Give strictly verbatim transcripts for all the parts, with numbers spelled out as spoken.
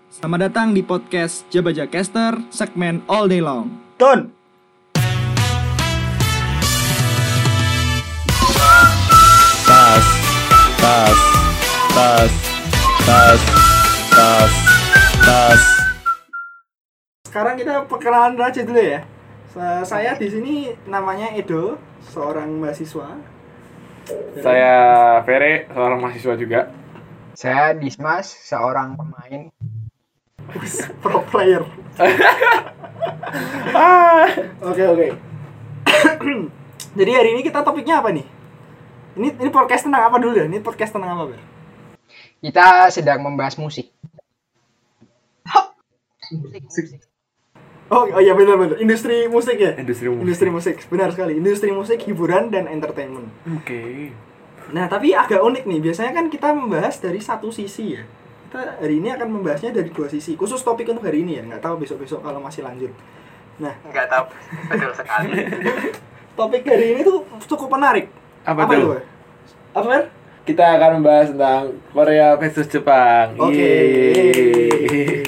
Selamat datang di podcast Jabaja Caster, segmen All Day Long. Don. Tas, tas, tas, tas, tas, tas. Sekarang kita perkenalan aja dulu ya. Saya di sini namanya Edo, seorang mahasiswa. Saya Fere, seorang mahasiswa juga. Saya Dismas, seorang pemain. Pro player. Oke oke. Jadi hari ini kita topiknya apa nih? Ini ini podcast tentang apa dulu ya? Ini podcast tentang apa, Ber? Kita sedang membahas musik. musik, musik. Oh, oh iya benar-benar. Industri musik ya? Industri musik. Industri musik, benar sekali. Industri musik, hiburan dan entertainment. Oke. Okay. Nah, tapi agak unik nih. Biasanya kan kita membahas dari satu sisi ya. Kita hari ini akan membahasnya dari dua sisi. Khusus topik untuk hari ini ya. Nggak tahu besok-besok kalau masih lanjut. Nah, Nggak tahu. Betul sekali. topik hari ini tuh cukup menarik. Apa, Apa itu? tuh? Apa, Ber? Kita akan membahas tentang Korea versus Jepang. Oke. Yeay.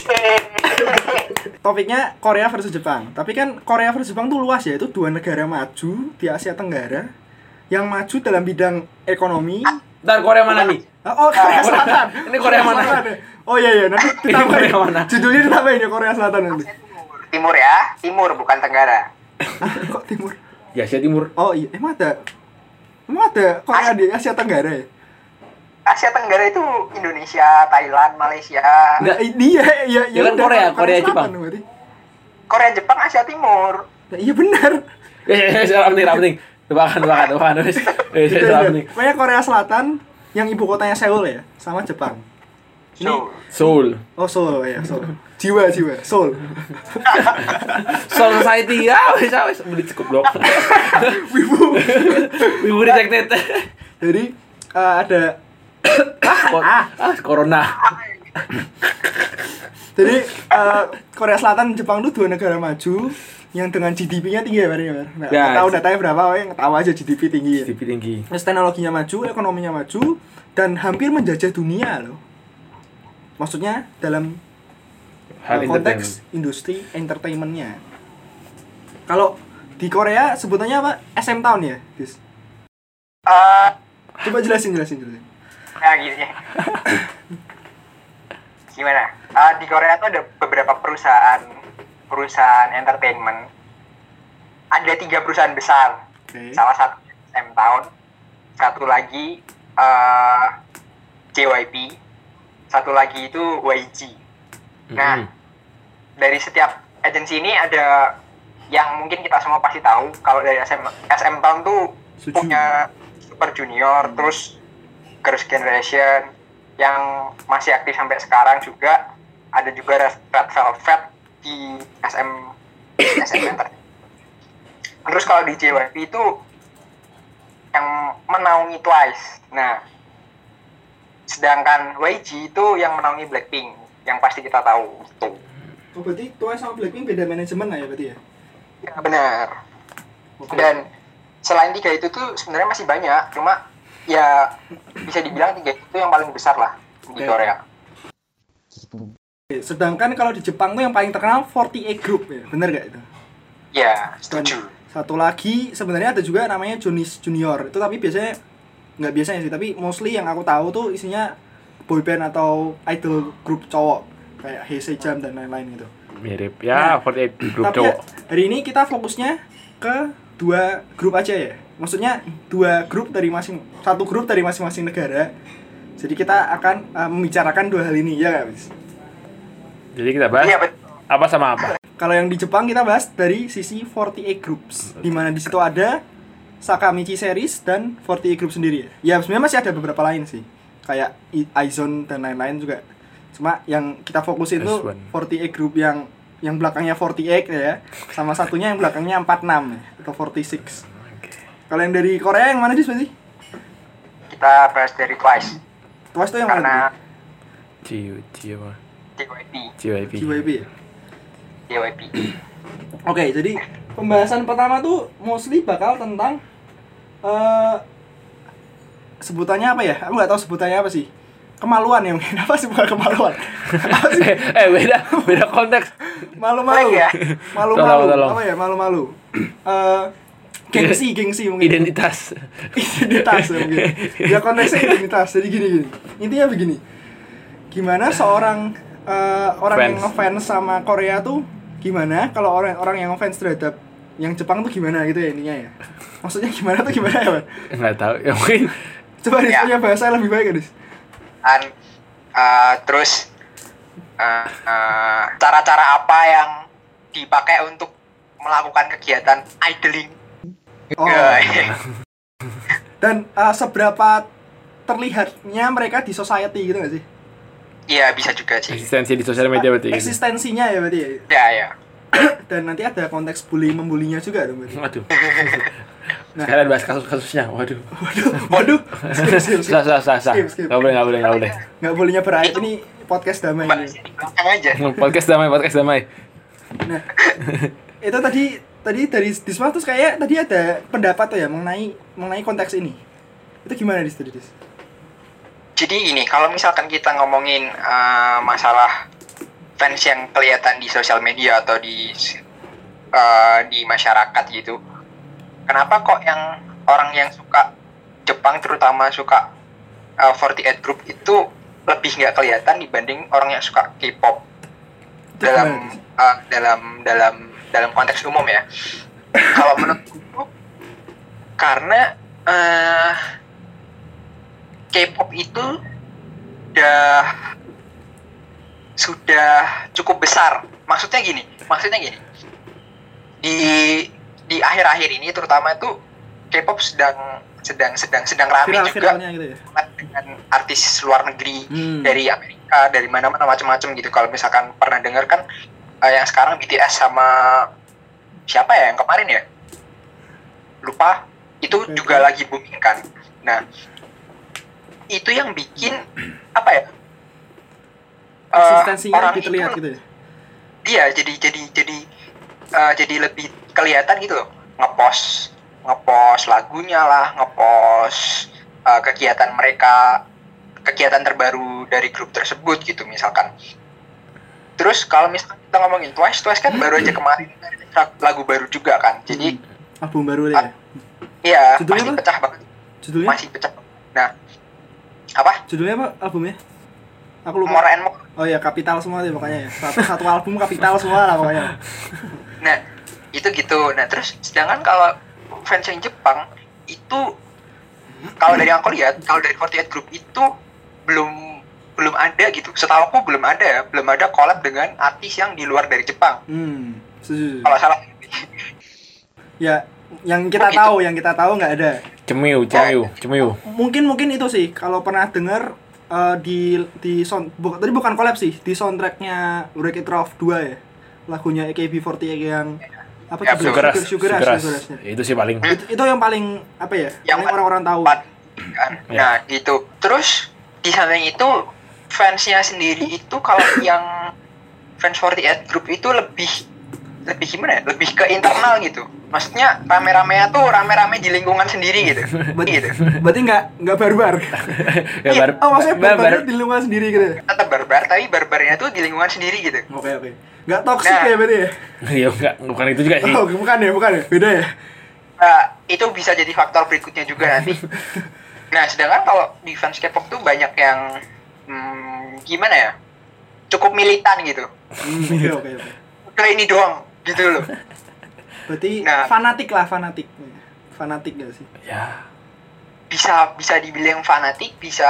Topiknya Korea versus Jepang. Tapi kan Korea versus Jepang tuh luas ya. Itu dua negara maju di Asia Tenggara yang maju dalam bidang ekonomi. Ntar Korea mana nih? Oh, Korea Selatan. Ini Korea mana? Oh iya iya, nanti ditambahin. Korea mana? Judulnya ditambahin ya Korea Selatan nanti. Timur ya, timur bukan tenggara. Ah, kok timur? Ya, Asia Timur. Oh iya, emang ada. Emang ada Korea di Asia Tenggara ya? Asia Tenggara itu Indonesia, Thailand, Malaysia. Enggak, dia ya Ya kan udah, Korea, Korea Selatan Jepang. berarti. Korea Jepang Asia Timur. Nah, iya benar. Ya, ya, ya, penting, penting. Tebakan, tebakan, tebakan. Wes. Eh, Gitu, saya gitu. penting. Pokoknya Korea Selatan yang ibu kotanya Seoul ya, sama Jepang. Ini So, Seoul. oh Seoul ya, Seoul. Jiwa jiwa, Seoul. Seoul Society. Ya, wes, wes. Beli cukup blok. Wibu. Wibu rejected. Jadi uh, ada Ko- ah, corona. Jadi uh, Korea Selatan dan Jepang itu dua negara maju yang dengan G D P-nya tinggi ya, Bari ya. Nah, Ya, tahu datanya berapa, yang tahu aja G D P tinggi ya. G D P tinggi. Terus teknologinya maju, ekonominya maju, dan hampir menjajah dunia loh. Maksudnya dalam Hal uh, konteks industri entertainment-nya. Kalau di Korea sebutannya apa? S M Town ya, Dis? uh, Coba jelasin, jelasin, jelasin. nah gini. Gimana? Uh, di Korea tuh ada beberapa perusahaan perusahaan entertainment. Ada tiga perusahaan besar. Oke. Salah satu S M Town, satu lagi uh, J Y P, satu lagi itu Y G. Nah, dari setiap agensi ini ada yang mungkin kita semua pasti tahu. Kalau dari S M, S M Town tuh Setuju. punya Super Junior, terus Girls' Generation yang masih aktif sampai sekarang juga. Ada juga Red Velvet di S M S M Entertainment. Terus kalau di J Y P itu yang menaungi Twice. Nah, sedangkan Y G itu yang menaungi Blackpink, yang pasti kita tahu itu. Oh, berarti Twice sama Blackpink beda manajemen lah ya berarti ya? Ya, benar. Oke. Dan selain tiga itu tuh sebenarnya masih banyak, cuma ya bisa dibilang tiga itu yang paling besar lah di Oke. Korea. Sedangkan kalau di Jepang tuh yang paling terkenal empat puluh delapan Group ya, bener gak itu? Ya, Dan setuju. satu lagi sebenarnya ada juga namanya Jonis Junior. Itu tapi biasanya nggak biasanya sih, tapi mostly yang aku tahu tuh isinya boyband atau idol grup cowok kayak Hey Jam dan lain-lain gitu. Mirip. Ya, empat puluh delapan grup Tapi cowok. ya, hari ini kita fokusnya ke dua grup aja ya. Maksudnya dua grup dari masing satu grup dari masing-masing negara. Jadi kita akan uh, membicarakan dua hal ini ya nggak, Bis? Jadi kita bahas Iya, betul. apa sama apa. Kalau yang di Jepang kita bahas dari sisi empat puluh delapan Groups, di mana di situ ada Sakamichi Series dan empat puluh delapan Group sendiri ya. Ya sebenarnya masih ada beberapa lain sih, kayak I- Izone dan lain-lain juga. Cuma yang kita fokusin tuh S one. empat puluh delapan Group yang yang belakangnya empat puluh delapan ya, sama satunya yang belakangnya empat puluh enam ya, atau empat puluh enam. Kalau yang dari Korea yang mana sih berarti? Kita bahas dari Twice Twice tuh yang karena mana? J J apa? J Y P, J Y P. J Y P ya. J Y P. Oke, jadi pembahasan pertama tuh mostly bakal tentang uh, sebutannya apa ya? Aku nggak tahu sebutannya apa sih. kemaluan ya mungkin. Apa sih bukan kemaluan? Apa sih? eh, eh beda beda konteks. Malu-malu ya? Malu-malu. Tolong, tolong. Apa ya? Malu-malu. Eh gengsi, gengsi mungkin. Identitas. Identitas ya mungkin. Ya konteksnya identitas. Jadi gini-gini. Intinya begini. Gimana seorang uh, orang Fans. yang ngefans sama Korea tuh gimana kalau orang orang yang ngefans terhadap yang Jepang tuh gimana gitu ya intinya ya. Maksudnya gimana tuh gimana ya, Pak? Enggak tahu. Ya mungkin Coba Dis, Ya. punya bahasa yang lebih baik ya, Dis. An, uh, terus uh, uh, cara-cara apa yang dipakai untuk melakukan kegiatan idling? Oh. Ya, Dan uh, seberapa terlihatnya mereka di society gitu gak sih? Iya bisa juga sih. eksistensi di sosial media berarti. Gitu. Eksistensinya ya berarti ya. Ya ya. Dan nanti ada konteks bully membulinya juga dong berarti. Waduh. Nah. Sekalian bahas kasus-kasusnya. Waduh. Waduh, waduh. Skip, skip, skip. Sah, sah, sah, sah. Skip, skip. Nggak boleh, nggak boleh, nggak boleh. Nggak bolehnya beraib ini podcast damai Mbak, ini. di belakang aja. Podcast damai, podcast damai. Nah, itu tadi tadi dari Disma terus kayak tadi ada pendapat tuh ya mengenai mengenai konteks ini. Itu gimana Dis tadi Dis? Jadi ini kalau misalkan kita ngomongin uh, masalah fans yang kelihatan di sosial media atau di uh, di masyarakat gitu, kenapa kok yang orang yang suka Jepang terutama suka uh, forty eight Group itu lebih nggak kelihatan dibanding orang yang suka K-pop Itu dalam gimana, uh, dalam dalam dalam konteks umum ya? Kalau menurutku karena uh, K-pop itu udah sudah cukup besar. Maksudnya gini, maksudnya gini. Di di akhir-akhir ini terutama itu K-pop sedang sedang sedang sedang ramai juga Viral-viralnya gitu ya. dengan artis luar negeri Hmm. dari Amerika, dari mana-mana macam-macam gitu. Kalau misalkan pernah dengar kan uh, yang sekarang B T S sama siapa ya yang kemarin ya? Lupa. Itu Hmm. juga lagi booming kan. Nah, itu yang bikin apa ya? Eh, Eksistensinya orang lebih terlihat itu, gitu ya. Iya, jadi jadi jadi eh, jadi lebih kelihatan gitu loh. Ngepost ngepost lagunya lah, ngepost eh, kegiatan mereka, kegiatan terbaru dari grup tersebut gitu misalkan. Terus kalau misalkan kita ngomongin Twice, Twice kan baru aja kemarin lagu baru juga kan. Jadi Hmm. Album baru deh ya. iya, Judulnya masih apa? pecah banget. Judulnya? Masih pecah. Nah, apa? Judulnya apa albumnya? Aku lupa. More and More. Oh ya, kapital semua deh pokoknya ya. Satu, satu album kapital semua lah pokoknya. Nah, itu gitu. Nah, terus sedangkan kalau fans yang Jepang itu kalau dari yang aku lihat, kalau dari forty eight Group itu belum belum ada gitu. Setahu aku belum ada ya, belum ada collab dengan artis yang di luar dari Jepang. Hmm. Setuju. Kalau salah. Ya, yang kita Oh, gitu. tahu, yang kita tahu nggak ada. Cemiu, cemiu, cemiu. Mungkin mungkin itu sih kalau pernah dengar eh, di di sound bu, tadi bukan collab sih, di soundtracknya Wreck It Ralph dua ya. Lagunya A K B forty eight yang apa Ya, tuh? Sugar Rush, Sugar Rush, Sugar Rush. Sugar Rush-nya. Itu sih paling. Itu, itu yang paling apa ya? Yang Paling orang-orang tahu. Kan? Ya. Nah, gitu. Terus di samping itu fansnya sendiri itu kalau yang fans forty eight Group itu lebih lebih gimana ya? Lebih ke internal gitu. Maksudnya rame-ramenya tuh rame-rame di lingkungan sendiri gitu. Berarti, gitu. berarti nggak nggak barbar. Ya, bar, Oh maksudnya bar, bar, barbarnya di lingkungan sendiri gitu ya? Tetap barbar, tapi barbarnya tuh di lingkungan sendiri gitu. Oke oke. Nggak toxic Nah. ya berarti ya? Iya enggak, bukan itu juga sih. Oh bukan ya, bukan ya? Beda ya? Nah, itu bisa jadi faktor berikutnya juga nanti. Nah, sedangkan kalau di fans K-pop tuh banyak yang hmm, gimana ya? Cukup militan gitu. Hmm, oke oke oke. Udah ini doang gitu loh. Berarti Nah. fanatik lah, fanatik. Fanatik gak sih? Ya. Bisa bisa dibilang fanatik, bisa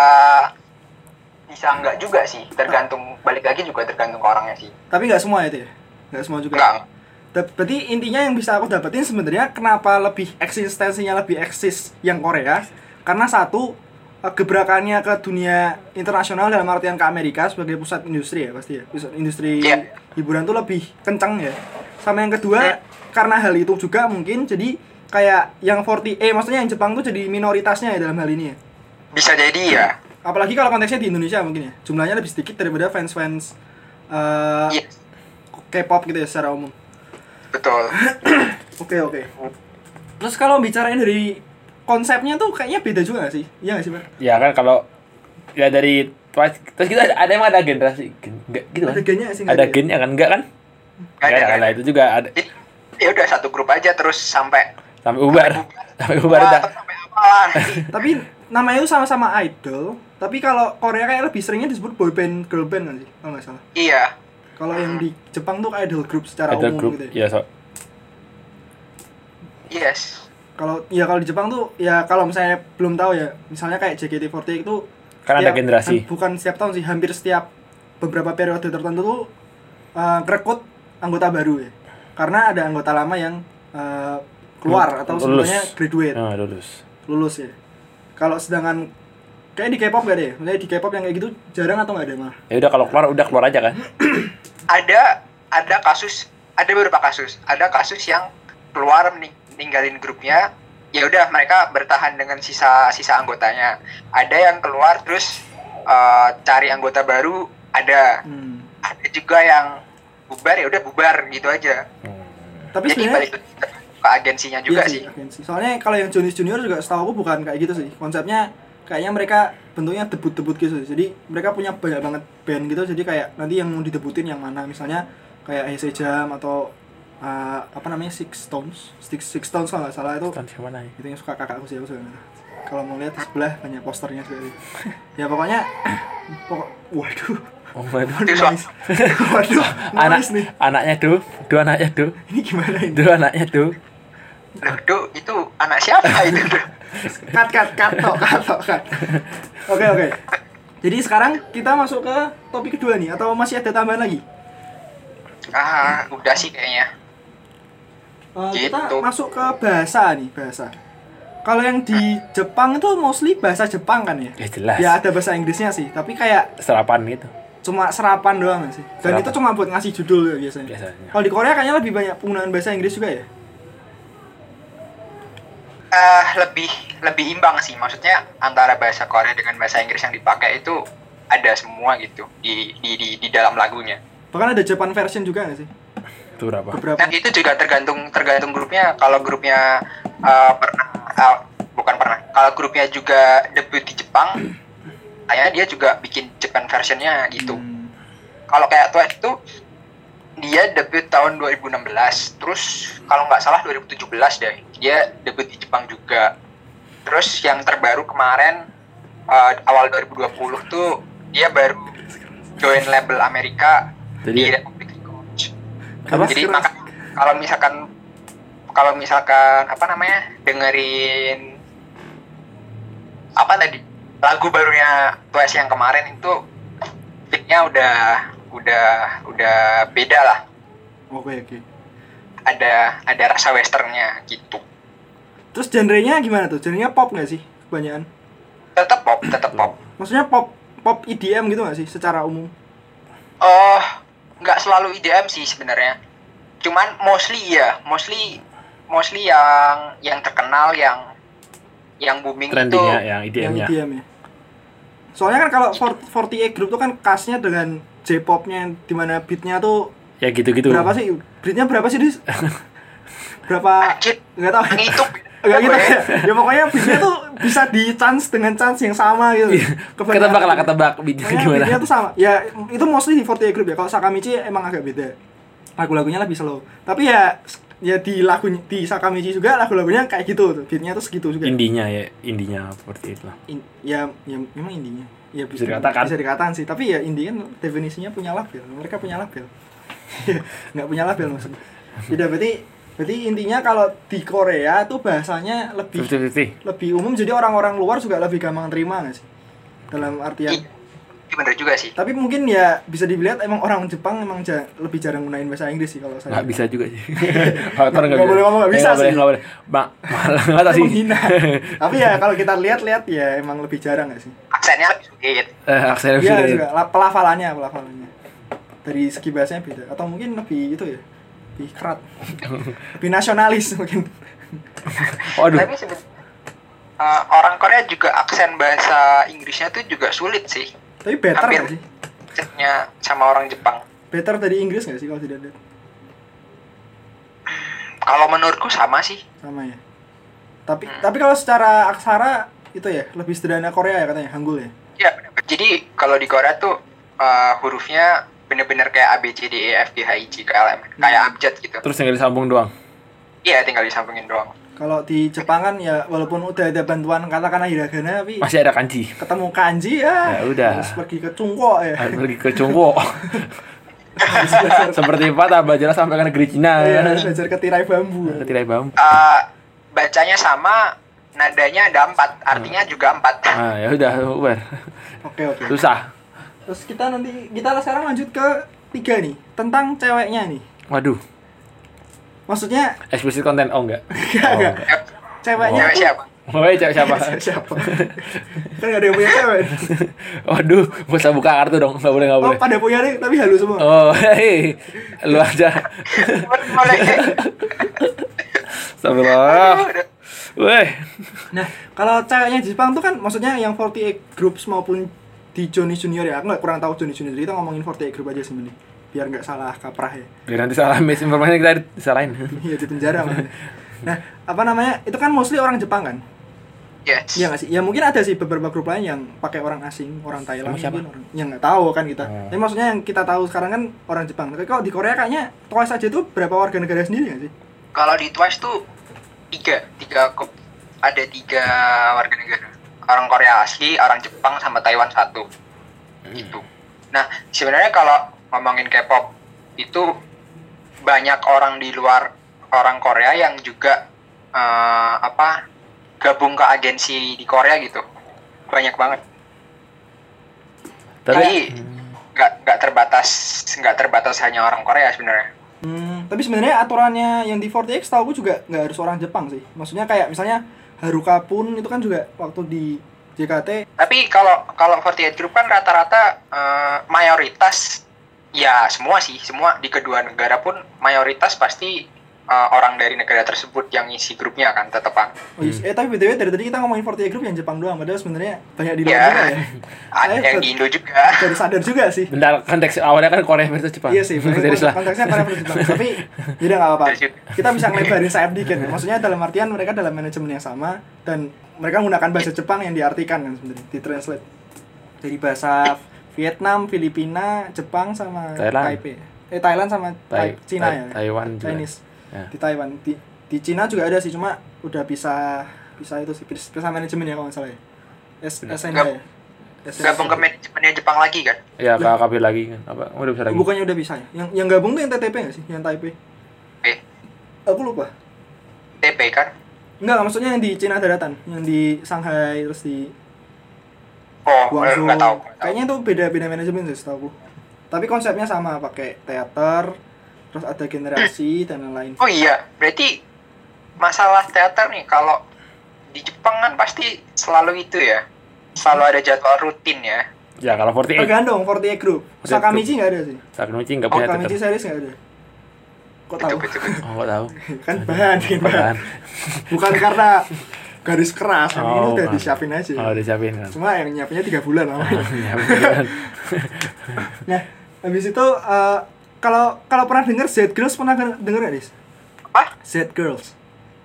bisa enggak juga sih. Tergantung, balik lagi juga tergantung ke orangnya sih. Tapi nggak semua itu ya? Nggak semua juga. Enggak. Da- Berarti intinya yang bisa aku dapetin sebenarnya kenapa lebih eksistensinya lebih eksis yang Korea, karena satu eh, gebrakannya ke dunia internasional dalam artian ke Amerika sebagai pusat industri ya pasti ya, pusat industri Iya. hiburan tuh lebih kenceng ya. Sama yang kedua karena hal itu juga mungkin jadi kayak yang forty eh maksudnya yang Jepang tuh jadi minoritasnya ya dalam hal ini ya. Bisa jadi ya. Apalagi kalau konteksnya di Indonesia mungkin ya, jumlahnya lebih sedikit daripada fans-fans eh, Iya, K-pop gitu ya secara umum. betul. Oke oke. Terus kalau bicarain dari konsepnya tuh kayaknya beda juga gak sih? Iya gak sih, Pak? Ya kan kalau ya dari Twice. Terus kita ada, ada emang ada generasi gen, enggak gitu kan? Ada gennya sih nggak Ada ya? gennya kan enggak kan? Nggak ada, Enggak nggak ada. ada. Itu juga ada Jadi, ya udah satu grup aja terus sampai sampai bubar. Sampai bubar Wah, udah. sampai apalah. Tapi namanya itu sama-sama idol. Tapi kalau Korea kayak lebih seringnya disebut boy band, girl band kan sih, kalau nggak salah. Iya. Kalau yang di Jepang tuh idol group secara Ada umum grup. gitu ya. Ya, so. Yes. Kalau ya kalau di Jepang tuh ya kalau misalnya belum tahu ya, misalnya kayak J K T empat delapan itu Kan ada setiap- generasi. han- bukan setiap tahun sih, hampir setiap beberapa periode tertentu tuh uh, rekrut anggota baru ya. Karena ada anggota lama yang uh, keluar atau Lulus. sebetulnya graduate, Nah, lulus. lulus ya. Kalau sedangkan kayak di K-pop gak ada ya? Misalnya di K-pop yang kayak gitu jarang atau nggak ada malah? Ya udah kalau keluar udah keluar aja kan. Ada ada kasus, ada beberapa kasus. Ada kasus yang keluar mening- ninggalin grupnya. Ya udah mereka bertahan dengan sisa sisa anggotanya. Ada yang keluar terus uh, cari anggota baru, ada. Hmm. Ada juga yang bubar ya udah bubar gitu aja. Tapi Jadi sebenarnya balik ke agensinya juga iya sih. agensi. Soalnya kalau yang Jonas Junior juga setahu aku bukan kayak gitu sih. Konsepnya kayaknya mereka bentuknya debut-debut gitu sih. Jadi mereka punya banyak banget band gitu. Jadi kayak nanti yang mau didebutin yang mana, misalnya kayak Hey Jam atau uh, apa namanya Six Stones, Six Six Stones kalau nggak salah itu. Stand siapa nih? Itu yang suka kakakku sih aku suka. Kalau mau lihat di sebelah banyak posternya juga sih. Ya pokoknya pokok waduh. Oh, waduh. Itu soal- Noise. Waduh, Anak noise nih. anaknya tuh, dua anaknya tuh, Ini gimana ini? dua anaknya tuh. Loh, Duh, itu anak siapa itu? Duh? Cut, cut, cut, tok, cut, tok, cut. Oke, oke. Jadi sekarang kita masuk ke topik kedua nih, atau masih ada tambahan lagi? Ah, udah sih kayaknya. Uh, kita Gitu. masuk ke bahasa nih, bahasa. Kalau yang di Jepang itu mostly bahasa Jepang kan ya? Ya jelas. Ya ada bahasa Inggrisnya sih, tapi kayak Serapan gitu cuma serapan doang sih. Dan Serapan. itu cuma buat ngasih judul ya biasanya. biasanya. Kalau di Korea kayaknya lebih banyak penggunaan bahasa Inggris juga ya? Eh, lebih lebih imbang sih, maksudnya antara bahasa Korea dengan bahasa Inggris yang dipakai itu ada semua gitu di di di, di dalam lagunya. Bahkan ada Japan version juga nggak sih? Itu berapa? Beberapa. Dan itu juga tergantung tergantung grupnya. Kalau grupnya eh, pernah eh, bukan pernah. Kalau grupnya juga debut di Jepang, kayaknya dia juga bikin Japan versionnya gitu. Hmm. Kalau kayak Twice itu dia debut tahun dua ribu enam belas, terus kalau nggak salah dua ribu tujuh belas deh, dia debut di Jepang juga. Terus yang terbaru kemarin uh, awal dua ribu dua puluh tuh dia baru join label Amerika Jadi- di Republic Records. Apa? Jadi maka kalau misalkan kalau misalkan apa namanya dengerin apa tadi lagu barunya Twice yang kemarin itu beatnya udah udah udah beda lah, Oke, oke. ada ada rasa westernnya gitu. Terus genrenya gimana tuh? Genrenya pop nggak sih kebanyakan? Tetap pop, tetap pop. Maksudnya pop pop E D M gitu nggak sih secara umum? Oh, nggak selalu E D M sih sebenarnya. Cuman mostly ya, mostly mostly yang yang terkenal yang yang booming itu Trendingnya yang Yang I D M-nya. E D M ya. Soalnya kan kalau empat puluh delapan Group tuh kan khasnya dengan J-popnya yang dimana beatnya tuh Ya gitu-gitu. berapa sih? Beatnya berapa sih, Dis? berapa? Anjir, Nggak tahu. ngitung. Enggak gitu Apa ya. Ya pokoknya beatnya tuh bisa di chance dengan chance yang sama gitu. Kebanyakan- Ketebak lah, ketebak beatnya Pokoknya gimana. beatnya tuh sama. Ya itu mostly di empat puluh delapan Group ya. Kalau Sakamichi emang agak beda. Lagu-lagunya lebih slow. Tapi ya ya di lagu di Sakamichi juga lagu-lagunya kayak gitu tuh. Beatnya tuh segitu juga. Indinya ya, indinya seperti itu lah. In- ya, ya memang indinya. Ya Bisa dikatakan. Bisa dikatakan sih. Tapi ya indie kan definisinya punya label. Mereka punya label. Nggak punya label maksudnya. Tidak berarti berarti intinya kalau di Korea tuh bahasanya lebih lima puluh lima puluh. lebih umum, jadi orang-orang luar juga lebih gampang terima nggak sih? Dalam artian. Iya, bener juga sih. Tapi mungkin ya bisa dilihat emang orang Jepang emang ja- lebih jarang gunain bahasa Inggris sih kalau saya. Nggak bisa juga sih. Faktor Nggak boleh ngomong nggak bisa nggak boleh, sih. nggak boleh. Mak, malah nggak tahu sih. Menghina. Tapi ya kalau kita lihat-lihat ya emang lebih jarang nggak sih? Aksennya lebih sulit. Eh, aksennya Iya bisa juga. La- Pelafalannya, pelafalannya. Dari segi bahasanya beda. Atau mungkin lebih itu ya, lebih kerat, lebih nasionalis mungkin. Waduh. Tapi sebenarnya uh, orang Korea juga aksen bahasa Inggrisnya tuh juga sulit sih. Tapi better Hampir nggak sih? aksennya sama orang Jepang. Better dari Inggris nggak sih kalau tidak lihat? Kalau menurutku sama sih. Sama ya. Tapi tapi kalau secara aksara itu ya lebih sederhana Korea ya katanya, Hangul ya. Ya, benar. J Jadi kalau di Korea tuh uh, hurufnya bener-bener kayak A B C D E F G H I J K L M, kayak abjad gitu. Terus tinggal disambung doang. Iya, tinggal disambungin doang. Kalau di Jepang kan ya walaupun udah ada bantuan katakana hiragana tapi Masih ada kanji. ketemu kanji ya. Ya udah. Harus pergi ke Cungko ya. Harus pergi ke Cungko. Seperti Fata belajar sampai ke negeri Cina. Iya, harus belajar ke tirai bambu. Ke tirai bambu. Uh, bacanya sama, nadanya ada empat, artinya juga empat. Nah, ya udah, Uber. Oke, oke. Susah. Terus kita nanti kita sekarang lanjut ke tiga nih, tentang ceweknya nih. Waduh. Maksudnya Eksplisit konten oh enggak? enggak, Oh. enggak. Ceweknya Cewek tuh- siapa? Oh, iya, cewek siapa? siapa? Kan enggak ada yang punya cewek. Waduh, gak usah buka kartu dong. Enggak boleh, enggak Oh, boleh. pada punya nih, tapi halus semua. Oh, hei. Lu aja. Boleh. Astagfirullah. Weh. Nah, kalau ceweknya di Jepang tuh kan maksudnya yang empat delapan Groups maupun di Johnny Junior ya. Aku nggak kurang tahu Johnny Junior. Jadi kita ngomongin empat delapan Group aja sebenarnya. Biar nggak salah kaprah ya. Biar nanti salah misinformasi kita disalahin. Iya di penjara makanya. Nah, apa namanya? Itu kan mostly orang Jepang kan? Yes. Iya nggak sih? Ya mungkin ada sih beberapa grup lain yang pakai orang asing, orang Thailand Emang siapa? mungkin orang. Yang nggak tahu kan kita. Hmm. Tapi maksudnya yang kita tahu sekarang kan orang Jepang. Tapi kalau di Korea kayaknya Twice aja tuh berapa warga negara sendiri nggak sih? Kalau di Twice tuh tiga, tiga kop- ada tiga warga negara. Orang Korea asli, orang Jepang, sama Taiwan satu. Gitu. Nah, sebenarnya kalau ngomongin K-pop itu banyak orang di luar orang Korea yang juga eh, apa gabung ke agensi di Korea gitu. Banyak banget. Tapi Jadi nggak nggak terbatas nggak terbatas hanya orang Korea sebenarnya. Hmm, tapi sebenarnya aturannya yang di empat X tahu aku juga nggak harus orang Jepang sih. Maksudnya kayak misalnya Haruka pun itu kan juga waktu di J K T. Tapi kalau kalau empat delapan Group kan rata-rata eh, mayoritas ya semua sih, semua di kedua negara pun mayoritas pasti eh, orang dari negara tersebut yang isi grupnya kan tetepan. Oh, yes. Eh tapi B T W dari tadi kita ngomongin empat delapan Group yang Jepang doang, padahal sebenarnya banyak di luar Ya, juga ya. ada Saya yang baru- di Indo juga. Baru sadar juga sih. bentar, konteks awalnya kan Korea versus Jepang. Iya sih, Jadi salah. konteksnya Korea versus Jepang. Tapi tidak nggak apa-apa. Kita bisa ngelebarin sayap dikit. Maksudnya dalam artian mereka dalam manajemen yang sama dan mereka menggunakan bahasa Jepang yang diartikan kan sebenarnya, ditranslate dari bahasa Vietnam, Filipina, Jepang sama Thailand. Taipei. Eh Thailand sama Tai- Tai- Cina Tai- ya. Taiwan juga. Chinese. Ya. Di Taiwan, di di Cina juga ada sih, cuma udah bisa bisa itu sih, bisa manajemen ya kalau nggak salah ya. S S N H ya. S N H. Gabung ke manajemennya Jepang lagi kan? Iya, K K B lagi kan. Apa? Udah bisa lagi. Bukannya udah bisa ya? Yang yang gabung tuh yang T T P nggak sih? Yang Taipei? Eh, Aku lupa. T P kan? Enggak, maksudnya yang di Cina daratan, yang di Shanghai terus di Oh, eh, Guangzhou. nggak tahu. nggak tahu. Kayaknya itu beda-beda manajemen sih setahu. Tapi konsepnya sama, pakai teater, terus ada generasi dan lain-lain. Oh iya, berarti masalah teater nih kalau di Jepang kan pasti selalu itu ya, selalu ada jadwal rutin ya. Ya, kalau empat delapan Tergantung empat delapan Group. empat delapan Sakamichi nggak ada sih. Sakamichi enggak Oh, punya Sakamichi tetep. series nggak ada. Kok tahu? Betul, betul, betul. Oh, enggak tahu. Kan bahan, kan bahan. Bukan. Bukan karena garis keras, yang ini Oh, udah bukan. disiapin aja. Oh, disiapin kan. Cuma yang nyiapinnya tiga bulan namanya. Ya, beneran. Nah, habis itu eh, kalau kalau pernah denger Z Girls, pernah denger nggak, Dis? Apa? Z Girls.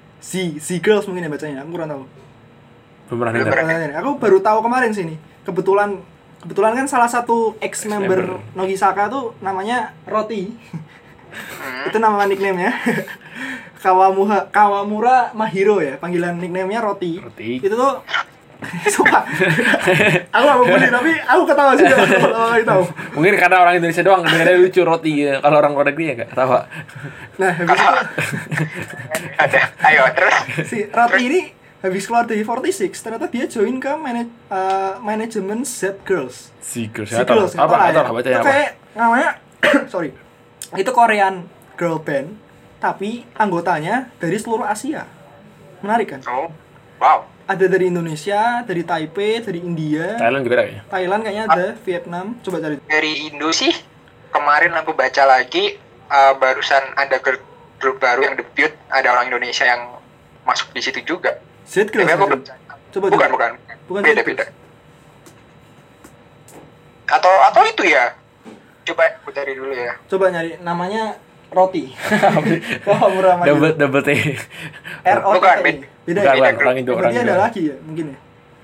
Z Z Girls mungkin ya bacanya, aku kurang tahu. Belum pernah Belum dengar. pernah. Pernah, aku baru tahu kemarin sih nih. Kebetulan kebetulan kan salah satu ex member Ex-member. Nogisaka tuh namanya Roti. Hmm. Itu nama nickname-nya. Kawamuha Kawamura Mahiro ya, panggilan nickname-nya Roti. Roti. Itu tuh sumpah. Aku gak mau beli tapi aku ketawa juga kalau kali tahu. Mungkin karena orang Indonesia doang dengarnya lucu roti ya. Kalau orang luar negeri ya enggak ketawa. Nah, habis itu Ada. Ayo terus. si Roti ini habis keluar dari empat puluh enam ternyata dia join ke manaj eh, manajemen Z Girls. Secret. Z Girls Apa? nggak tahu lah Atau ya. bacanya Itu apa? kayak namanya sorry. Itu Korean girl band tapi anggotanya dari seluruh Asia. Menarik kan? Oh, wow. Ada dari Indonesia, dari Taipei, dari India, Thailand juga ada kayaknya. Thailand kayaknya ada, Vietnam. Coba cari. Dari Indo sih kemarin aku baca lagi eh, barusan ada grup, grup baru yang debut, ada orang Indonesia yang masuk di situ juga. Z Girls. Tapi aku ya? belum- Coba bukan, coba. bukan. Bukan Beda, Z Girls. beda. Atau atau itu ya? Coba aku cari dulu ya. Coba nyari namanya Roti. Wah, murah maju. Double double T. R O T Bukan, T. beda. Beda Bukan, ya? bukan, orang Indo, orang Berarti Indo. ada lagi ya, mungkin ya.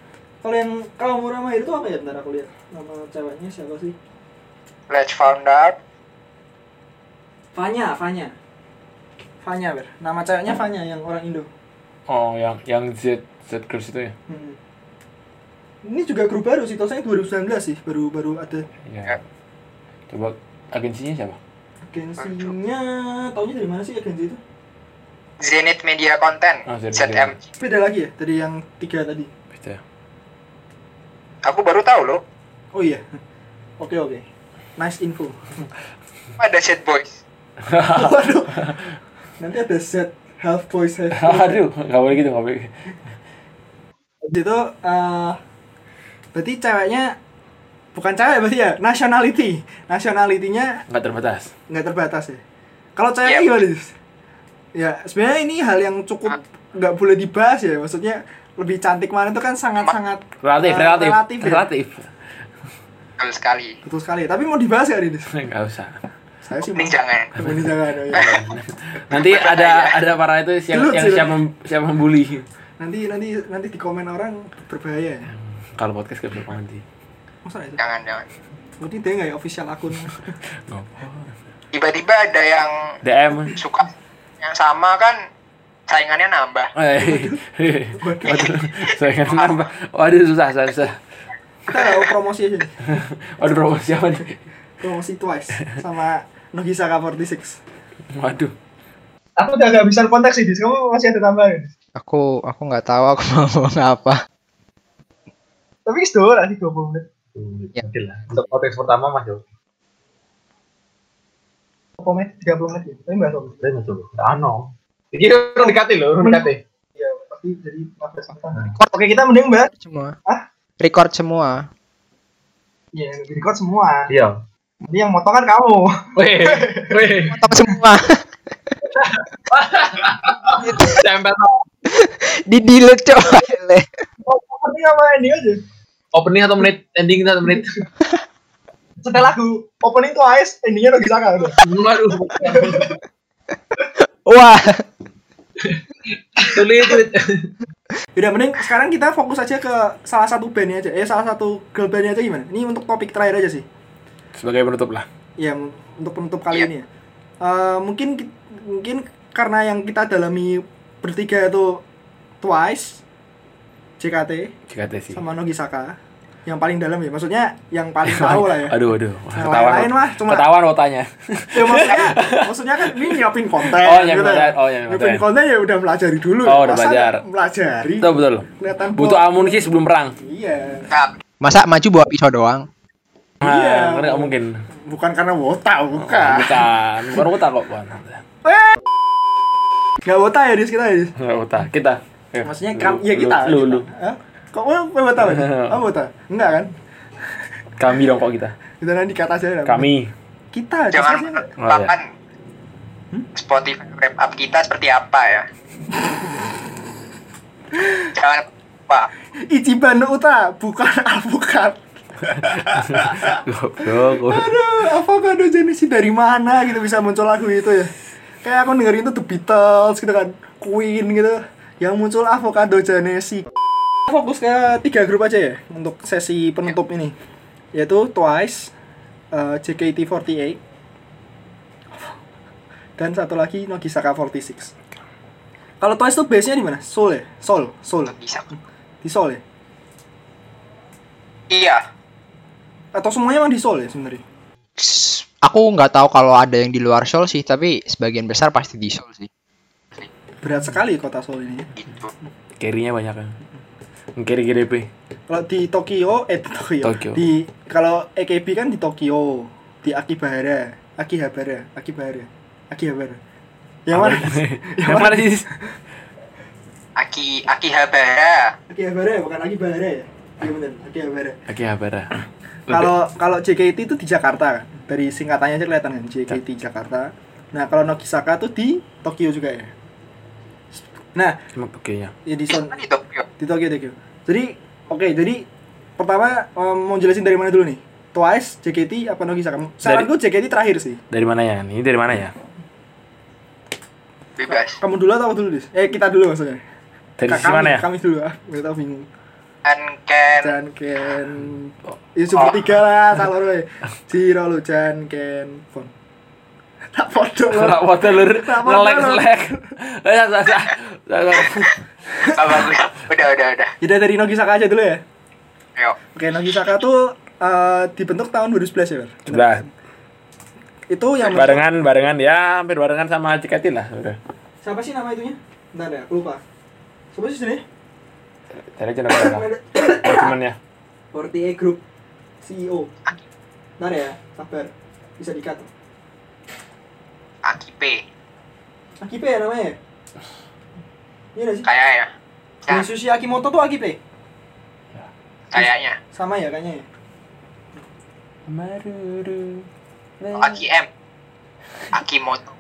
Kalau yang Kawamura Mahir itu apa ya? Bentar aku lihat. Nama ceweknya siapa sih? Let's found out. Vanya, Vanya. Vanya, Ber. Nama ceweknya Vanya yang orang Indo. Oh, yang yang Z Z Girls itu ya. Hmm. Ini juga grup baru sih, tosanya dua ribu sembilan belas sih, baru-baru ada. Iya. Coba agensinya siapa? Agensinya, taunya dari mana sih agensi itu? Zenith Media Content. Oh, Zenith Z M. Beda lagi ya dari yang tiga tadi. Beda. Aku baru tahu loh. Oh iya. Oke oke. Nice info. Ada Set Boys. Waduh. Nanti ada set half boys half boys. Aduh, nggak boleh gitu, nggak boleh. Itu uh, berarti ceweknya bukan cewek berarti ya, nationality. Nationality-nya Nggak terbatas. nggak terbatas ya. Kalau ceweknya Yep. gimana, Dis? Ya, sebenarnya ini hal yang cukup nggak boleh dibahas ya. Maksudnya lebih cantik mana itu kan sangat-sangat Relatif, uh, relatif. relatif, ya? Relatif. Betul sekali. Betul sekali. Tapi mau dibahas ya, Dis? Nggak usah. Saya sih Mending mau. jangan. Mending jangan. Oh, ya. Nanti ada ada para itu yang Gelut yang sih. siap mem, siap membuli. Nanti nanti nanti di komen orang berbahaya ya. Kalau podcast gak bisa nanti. Masa itu? Jangan, jangan. Berarti dia nggak ya official akun. Tiba-tiba ada yang D M. suka yang sama kan saingannya nambah. Eh, waduh, saya kan nambah. Waduh, susah, susah, susah. Kita nggak mau promosi aja nih. Waduh, promosi apa nih? Promosi Twice sama Nogisaka empat puluh enam. Waduh. Aku udah nggak bisa konteks sih, Dis. Kamu masih ada tambahan? Aku aku nggak tahu aku mau ngomong apa. Tapi sudah nanti dua puluh menit. Ya. Oke lah. Untuk konteks pertama Mas Jo. Komen tiga puluh menit ya. Tapi bahas apa? Saya Mas Jo. Enggak ono. Iki orang dikati lho, orang dikati. Iya, pasti jadi lima belas menit. Oke, kita mending bahas. Semua. Ah? Record semua. Iya, di record semua. Iya. Nanti yang motong kan kamu. Weh, weh. Potong semua. Tempel Di delete coba. Nanti sama ini aja. opening atau menit ending atau menit. Setel lagu opening Twice, endingnya Nogisaka udah. Waduh. Wah. Tulis tulis. Udah mending sekarang kita fokus aja ke salah satu bandnya aja. Eh salah satu girl bandnya aja gimana? Ini untuk topik terakhir aja sih. Sebagai penutup lah. Ya untuk penutup kali Iya. ini ya. Eh, mungkin mungkin karena yang kita dalami bertiga itu Twice, J K T, J K T sih. sama Nogisaka. Yang paling dalam ya, maksudnya yang paling tahu lah ya. Aduh, aduh. Yang lain-lain mah cuma ketahuan wotanya. ya maksudnya maksudnya kan ini nyiapin konten Oh, nyiapin gitu konten. ya. Oh, nyiapin Nyiapin konten. konten ya udah pelajari dulu. Oh, udah Masa belajar. Pelajari. Betul, betul. Kelihatan Butuh kok. amunisi sebelum perang. Iya. Nah, Masa maju bawa pisau doang? Iya. Nah, nggak mungkin. Bukan karena wota, bukan. Bukan. Bukan wota kok, bukan. Gak wota ya Dis kita ya Dis. Nggak wota. Kita. Ayo. Maksudnya Lu- kam ya kita. Lu, lu. kita. Hah? Kok lu lu wota? Dis? Kamu wota? Enggak kan? Kami dong kok kita. Kita nanti kata aja namanya. Kami. Kita Dis, jangan Dis, Dis. melupakan Spotify wrap up kita seperti apa ya. Jangan lupa. Ichiban no Uta bukan alpukat. Goblok. Aduh, avocado Genesis dari mana gitu bisa muncul lagu itu ya? Kayak aku dengerin itu The Beatles gitu kan, Queen gitu, yang muncul avocado Genesis. Fokus ke tiga grup aja ya untuk sesi penutup ini, yaitu Twice, uh, J K T empat puluh delapan, dan satu lagi Nogisaka empat puluh enam. Kalau Twice tuh base-nya di mana? Seoul ya? Seoul, Seoul. Bisa. Di Seoul ya? Iya. Atau semuanya emang di Seoul ya sebenarnya? Aku nggak tahu kalau ada yang di luar Seoul sih, tapi sebagian besar pasti di Seoul sih. Berat sekali kota Seoul ini. Gitu. Carry-nya banyak kan. Carry G D P. Kalau di Tokyo, eh di Tokyo. Tokyo. Di kalau A K B kan di Tokyo, di Akihabara, Akihabara, Akihabara, Akihabara. Yang mana? Yang mana sih? Aki Akihabara. Akihabara bukan Akibara ya? Iya benar, Akihabara. Akihabara. Kalau kalau J K T itu di Jakarta kan. Dari singkatannya aja kelihatan kan, J K T Jakarta. Nah, kalau Nogisaka tuh di Tokyo juga ya. Nah, Cuma Tokyo-nya. ya di Son, Kan di Tokyo. di Tokyo Tokyo. Jadi, oke, jadi pertama um, mau jelasin dari mana dulu nih? Twice, J K T apa Nogisaka? Saranku J K T terakhir sih. Dari mana ya? Ini dari mana ya? Bebas. Kamu dulu atau aku dulu, Dis? Eh, kita dulu maksudnya. Dari Ka- sisi mana ya? Kami dulu, ah. Gak tau bingung. Anken. Janken. Ya super tiga lah, salah lu. Jiro lu Janken. Fon. Tak podo lho. Ora foto lur. Tak foto, Ngelek lur. selek. Ya sa sa. Ah, bagus. Udah, udah, udah. Jadi dari Nogisaka aja dulu ya. Yuk. Oke, Nogisaka tuh eh, dibentuk tahun dua ribu sebelas ya, Ber? Sudah. Itu yang Barengan barengan ya, hampir barengan sama J K T lah udah. siapa sih nama itunya? Bentar ya, aku lupa. Siapa sih sini? Cari aja nama temannya. forty A Group C E O. Bentar ya, sabar. Bisa di-cut. Akipe. Akipe ya namanya? Iya nggak sih? Kayaknya. Ya, Yasushi Akimoto tuh Akipe? kayaknya. Sama ya kayaknya ya? Maruru. Oh, Aki M. Akimoto.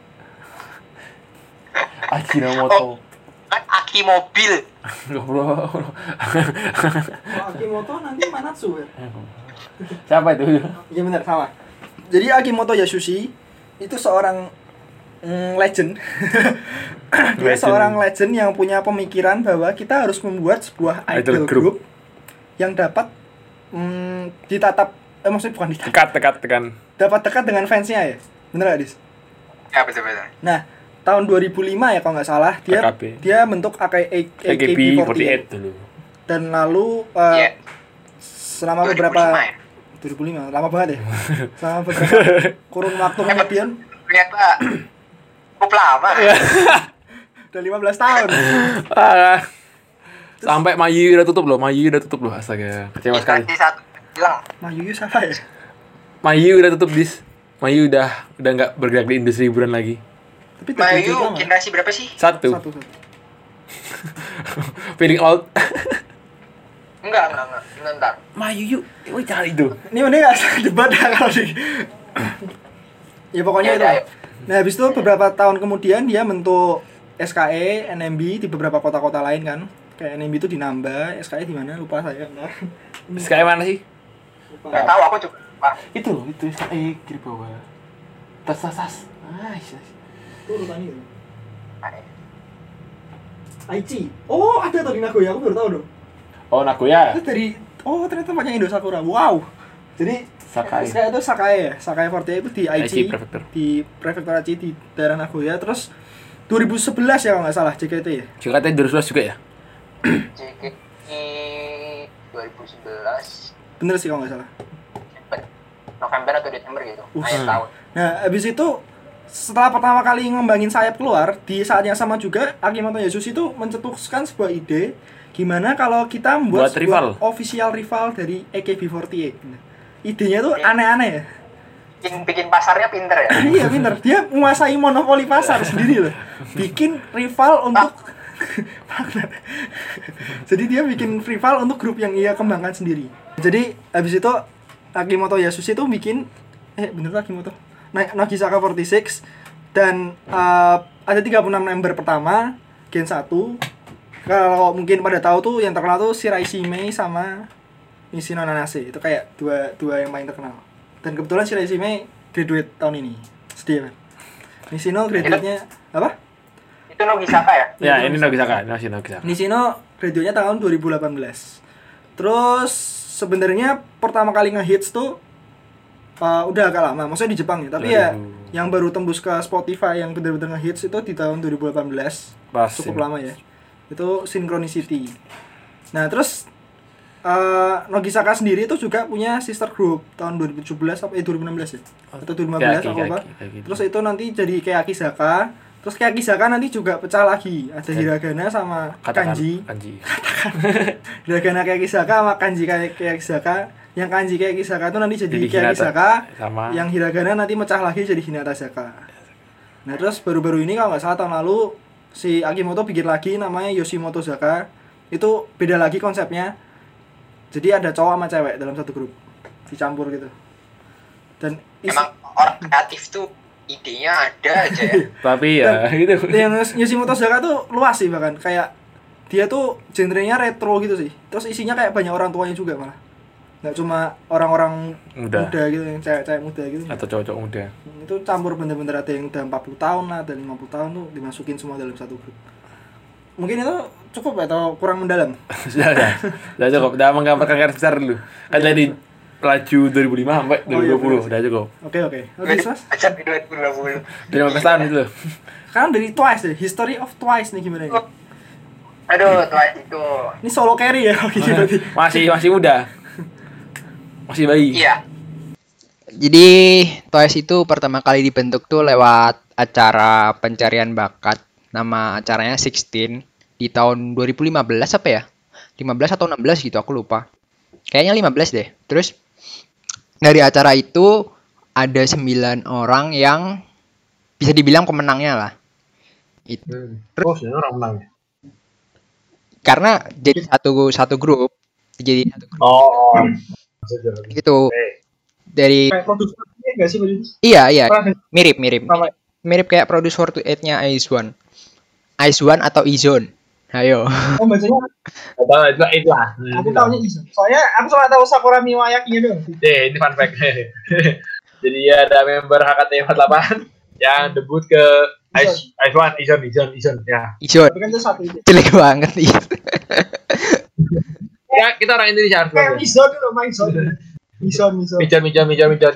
Ajinomoto. Kan Aki mobil. Goblok. Oh, Akimoto nanti Manatsu ya? Siapa itu? Iya benar, sama. Jadi Akimoto Yasushi itu seorang mm, legend. Dia Legend. seorang legend yang punya pemikiran bahwa kita harus membuat sebuah idol, Idol group. group yang dapat mm, ditatap, eh maksudnya bukan ditatap, Dekat dekat tekan. dapat dekat dengan fansnya ya. Bener gak, Dis? Ya, betul-betul. Nah, tahun dua ribu lima ya kalau nggak salah, dia A K B. dia bentuk A K A K B B empat forty eight delapan dulu. dan lalu uh, Iya. selama dua ribu beberapa lima ya? dua ribu lima lama banget ya. Selama beberapa kurun waktu kemudian Ternyata cukup lama. udah lima belas tahun. Ah. Sampai Mayu udah tutup loh, Mayu udah tutup loh, astaga. Kecewa sekali. Di satu bilang Mayuyu siapa ya? Mayu udah tutup dis. Mayu udah udah nggak bergerak di industri hiburan lagi. Tapi W J Mayu lama. generasi berapa sih? Satu. Satu, satu. Feeling old. Enggak, enggak, enggak. Bentar. Mayu yuk, woi cari itu. Ini mending nggak usah debat ya kalau di. Ya pokoknya Ya itu. udah, ayo. Nah habis itu beberapa tahun kemudian dia bentuk S K E, N M B di beberapa kota-kota lain kan. Kayak N M B itu di Namba, S K E di mana lupa saya. Nah. Sekarang mana sih? Lupa. Enggak tahu aku juga. Pak. Itu loh, itu eh kiri bawah. Tas tas tas. Ah, iya. Itu urutannya itu. Aichi. Oh, ada tuh di Nagoya, aku baru tahu dong. Oh, Nagoya. Itu dari oh ternyata banyak Indo Sakura. Wow. Jadi Sakai. Sakai itu Sakai ya. Sakai forty itu di Aichi, Aichi Prefecture. di prefektur Aichi di daerah Nagoya. Terus dua ribu sebelas ya kalau nggak salah J K T ya. Jakarta dua ribu sebelas juga ya? J K T dua ribu sebelas Bener sih kalau nggak salah. November atau Desember gitu. Uh. Akhir tahun. Nah, habis itu setelah pertama kali ngembangin sayap keluar, di saat yang sama juga Akimoto Yasushi itu mencetuskan sebuah ide gimana kalau kita membuat Buat sebuah rival. official rival dari A K B forty eight. Nah, idenya tuh aneh-aneh ya. Bikin, bikin pasarnya pinter ya. Iya bener, dia menguasai monopoli pasar sendiri loh. Bikin rival untuk jadi dia bikin rival untuk grup yang ia kembangkan sendiri. Jadi habis itu Akimoto Yasushi tuh bikin eh bener tuh Akimoto Nah, Nogisaka forty six dan uh, ada tiga puluh enam member pertama Gen satu. Kalau mungkin pada tahu tuh yang terkenal tuh Shiraishime sama Nishino Nanase. Itu kayak dua dua yang paling terkenal. Dan kebetulan Shiraishime graduate tahun ini. Sedih kan? Nishino graduate-nya apa? Itu Nogisaka ya? Ya, ini Nogisaka, masih Nogisaka. Nishino graduate-nya tahun dua ribu delapan belas. Terus sebenarnya pertama kali ngehits tuh uh, udah agak lama, maksudnya di Jepang ya. Tapi ya dua ribu yang baru tembus ke Spotify yang benar-benar ngehits itu di tahun dua ribu delapan belas. Pas Cukup ini. lama ya. Itu Synchronicity. Nah, terus uh, Nogisaka sendiri itu juga punya sister group tahun dua ribu tujuh belas sampai eh, dua ribu enam belas ya. Atau dua ribu lima belas Kayak- apa apa. kayak- kayak gitu. Terus itu nanti jadi kayak Akizaka. Terus kayak Akizaka nanti juga pecah lagi. Ada hiragana sama Katakan, kanji. kanji. Hiragana kayak Akizaka sama kanji kayak kayak Akizaka. Yang kanji kayak Akizaka itu nanti jadi, Jadi kayak Hinata. Akizaka. Sama. Yang hiragana nanti mecah lagi jadi Hinatazaka. Nah, terus baru-baru ini kalau nggak salah tahun lalu si Akimoto bikin lagi namanya Yoshimoto Zaka. Itu beda lagi konsepnya. Jadi ada cowok sama cewek dalam satu grup. Dicampur gitu. Dan isi- Emang orang kreatif tuh idenya ada aja ya. Tapi ya gitu. yang Yoshimoto Zaka tuh luas sih bahkan kayak dia tuh genrenya retro gitu sih. Terus isinya kayak banyak orang tuanya juga malah. Nggak cuma orang-orang Muda. muda gitu, yang cewek-cewek muda gitu. Atau cowok-cowok muda. Itu campur bener-bener ada yang udah empat puluh tahun lah, ada lima puluh tahun tuh dimasukin semua dalam satu grup. mungkin itu cukup atau kurang mendalam? Sudah, sudah. Sudah cukup. Udah menggambarkan garis besar dulu. Kan tadi laju dua ribu lima sampai dua ribu dua puluh, udah cukup. Oke oke. Oke, Mas. Sampai dua ribu dua puluh. Dari lima belas tahun itu loh. Sekarang dari Twice deh, History of Twice nih gimana nih? Aduh, Twice itu. Ini solo carry ya oke berarti. Masih masih muda. Masih bayi. Iya. Jadi Twice itu pertama kali dibentuk tuh lewat acara pencarian bakat. Nama acaranya Sixteen di tahun dua ribu lima belas apa ya? lima belas atau enam belas gitu, aku lupa. Kayaknya lima belas deh. Terus dari acara itu ada sembilan orang yang bisa dibilang pemenangnya lah. Itu Oh, sebenarnya orang menang. karena jadi satu satu grup, jadi satu grup Oh. gitu. Dari Kayak produsernya enggak sih berarti? iya iya Pernah mirip mirip sama mirip kayak Produce forty-eight-nya Ice One. Ice One atau Izone. Ayo. oh bacanya atau itu itu lah. Aku tahunya Iso. Soalnya aku cuma tahu Sakura Miwayakinya doang. Eh, ini fun fact. Jadi ada member H K T empat delapan yang debut ke Ice Ice One, Izon, Izon, Izon ya. Izone. Tapi kan itu satu itu. Jelek banget nih. Ya, kita orang Indonesia harus kayak Izon dulu, main Izon. Izon, Izon. Mijan, mijan, mijan, mijan.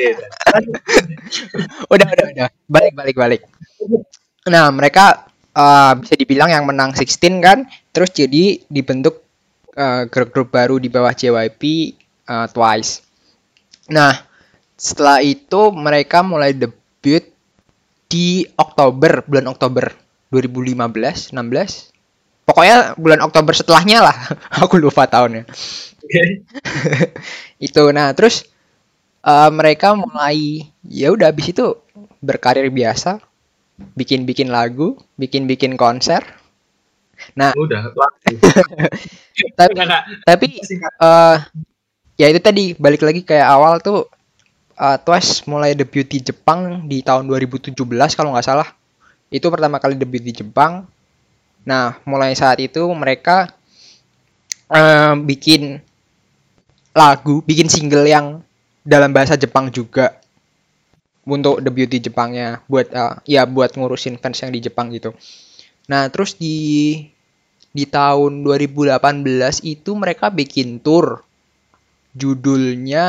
Udah udah udah. Balik balik balik. Nah, mereka uh, bisa dibilang yang menang Sixteen kan, terus jadi dibentuk uh, grup-grup baru di bawah J Y P uh, Twice. Nah, setelah itu mereka mulai debut di Oktober, bulan Oktober dua ribu lima belas, enam belas. Pokoknya bulan Oktober setelahnya lah. Aku lupa tahunnya. Oke. Itu nah, terus uh, mereka mulai ya udah habis itu berkarir biasa, bikin-bikin lagu, bikin-bikin konser. Nah, Udah, langsung. tapi Enggak, tapi uh, ya itu tadi balik lagi kayak awal tuh uh, Twice mulai debut di Jepang di tahun dua ribu tujuh belas kalau nggak salah. Itu pertama kali debut di Jepang. Nah, mulai saat itu mereka uh, bikin lagu, bikin single yang dalam bahasa Jepang juga untuk debut di Jepangnya, buat uh, ya buat ngurusin fans yang di Jepang gitu. Nah, terus di di tahun dua ribu delapan belas itu mereka bikin tour. Judulnya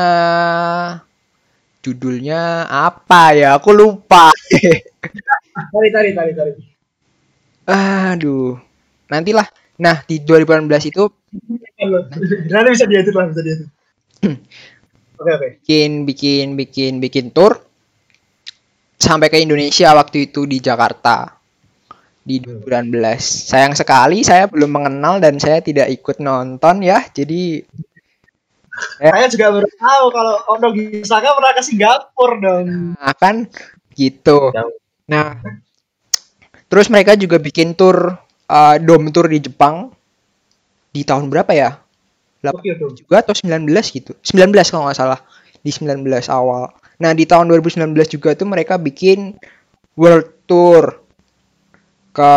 judulnya apa ya? Aku lupa. Tari, tari, tari, tari. Aduh. Nantilah. Nah, di dua ribu delapan belas itu Nanti bisa diedit lah, bisa diedit. Oke, oke. bikin bikin bikin bikin tour sampai ke Indonesia waktu itu di Jakarta di dua ribu delapan belas. Sayang sekali saya belum mengenal dan saya tidak ikut nonton ya. Jadi Saya juga baru tahu kalau Ono Gisaka pernah ke Singapura dong. akan gitu. Nah, terus mereka juga bikin tour uh, dome tour di Jepang di tahun berapa ya? Oke, dong. Juga atau sembilan belas gitu. sembilan belas kalau nggak salah. Di sembilan belas awal. Nah, di tahun dua ribu sembilan belas juga tuh mereka bikin world tour ke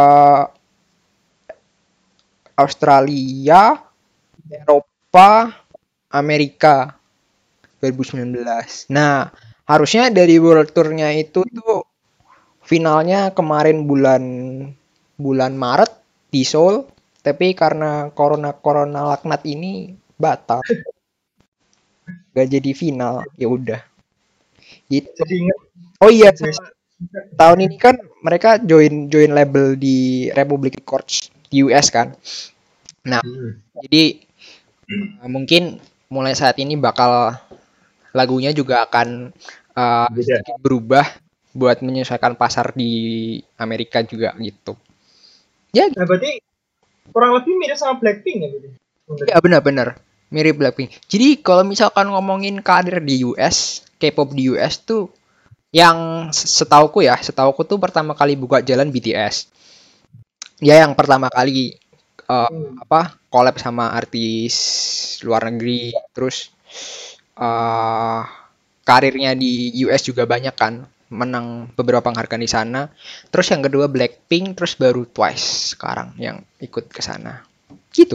Australia, Eropa, Amerika dua ribu sembilan belas. Nah, harusnya dari world tour-nya itu tuh finalnya kemarin bulan bulan Maret di Seoul, tapi karena corona-corona laknat ini batal. Gak jadi final, ya udah. Gitu. Jadi ingat Oh iya, sama tahun ini kan mereka join join label di Republic Records di U S kan. Nah, jadi uh, mungkin mulai saat ini bakal lagunya juga akan uh, Beda. sedikit berubah buat menyesuaikan pasar di Amerika juga gitu. Ya, Nah, berarti kurang lebih mirip sama Blackpink ya gitu. ya benar-benar mirip Blackpink. Jadi kalau misalkan ngomongin karir di U S, K-pop di U S tuh yang setauku ya, setauku tuh pertama kali buka jalan B T S. Ya yang pertama kali uh, apa collab sama artis luar negeri, terus uh, karirnya di U S juga banyak kan, menang beberapa penghargaan di sana. Terus yang kedua Blackpink, terus baru Twice sekarang yang ikut ke sana. Gitu.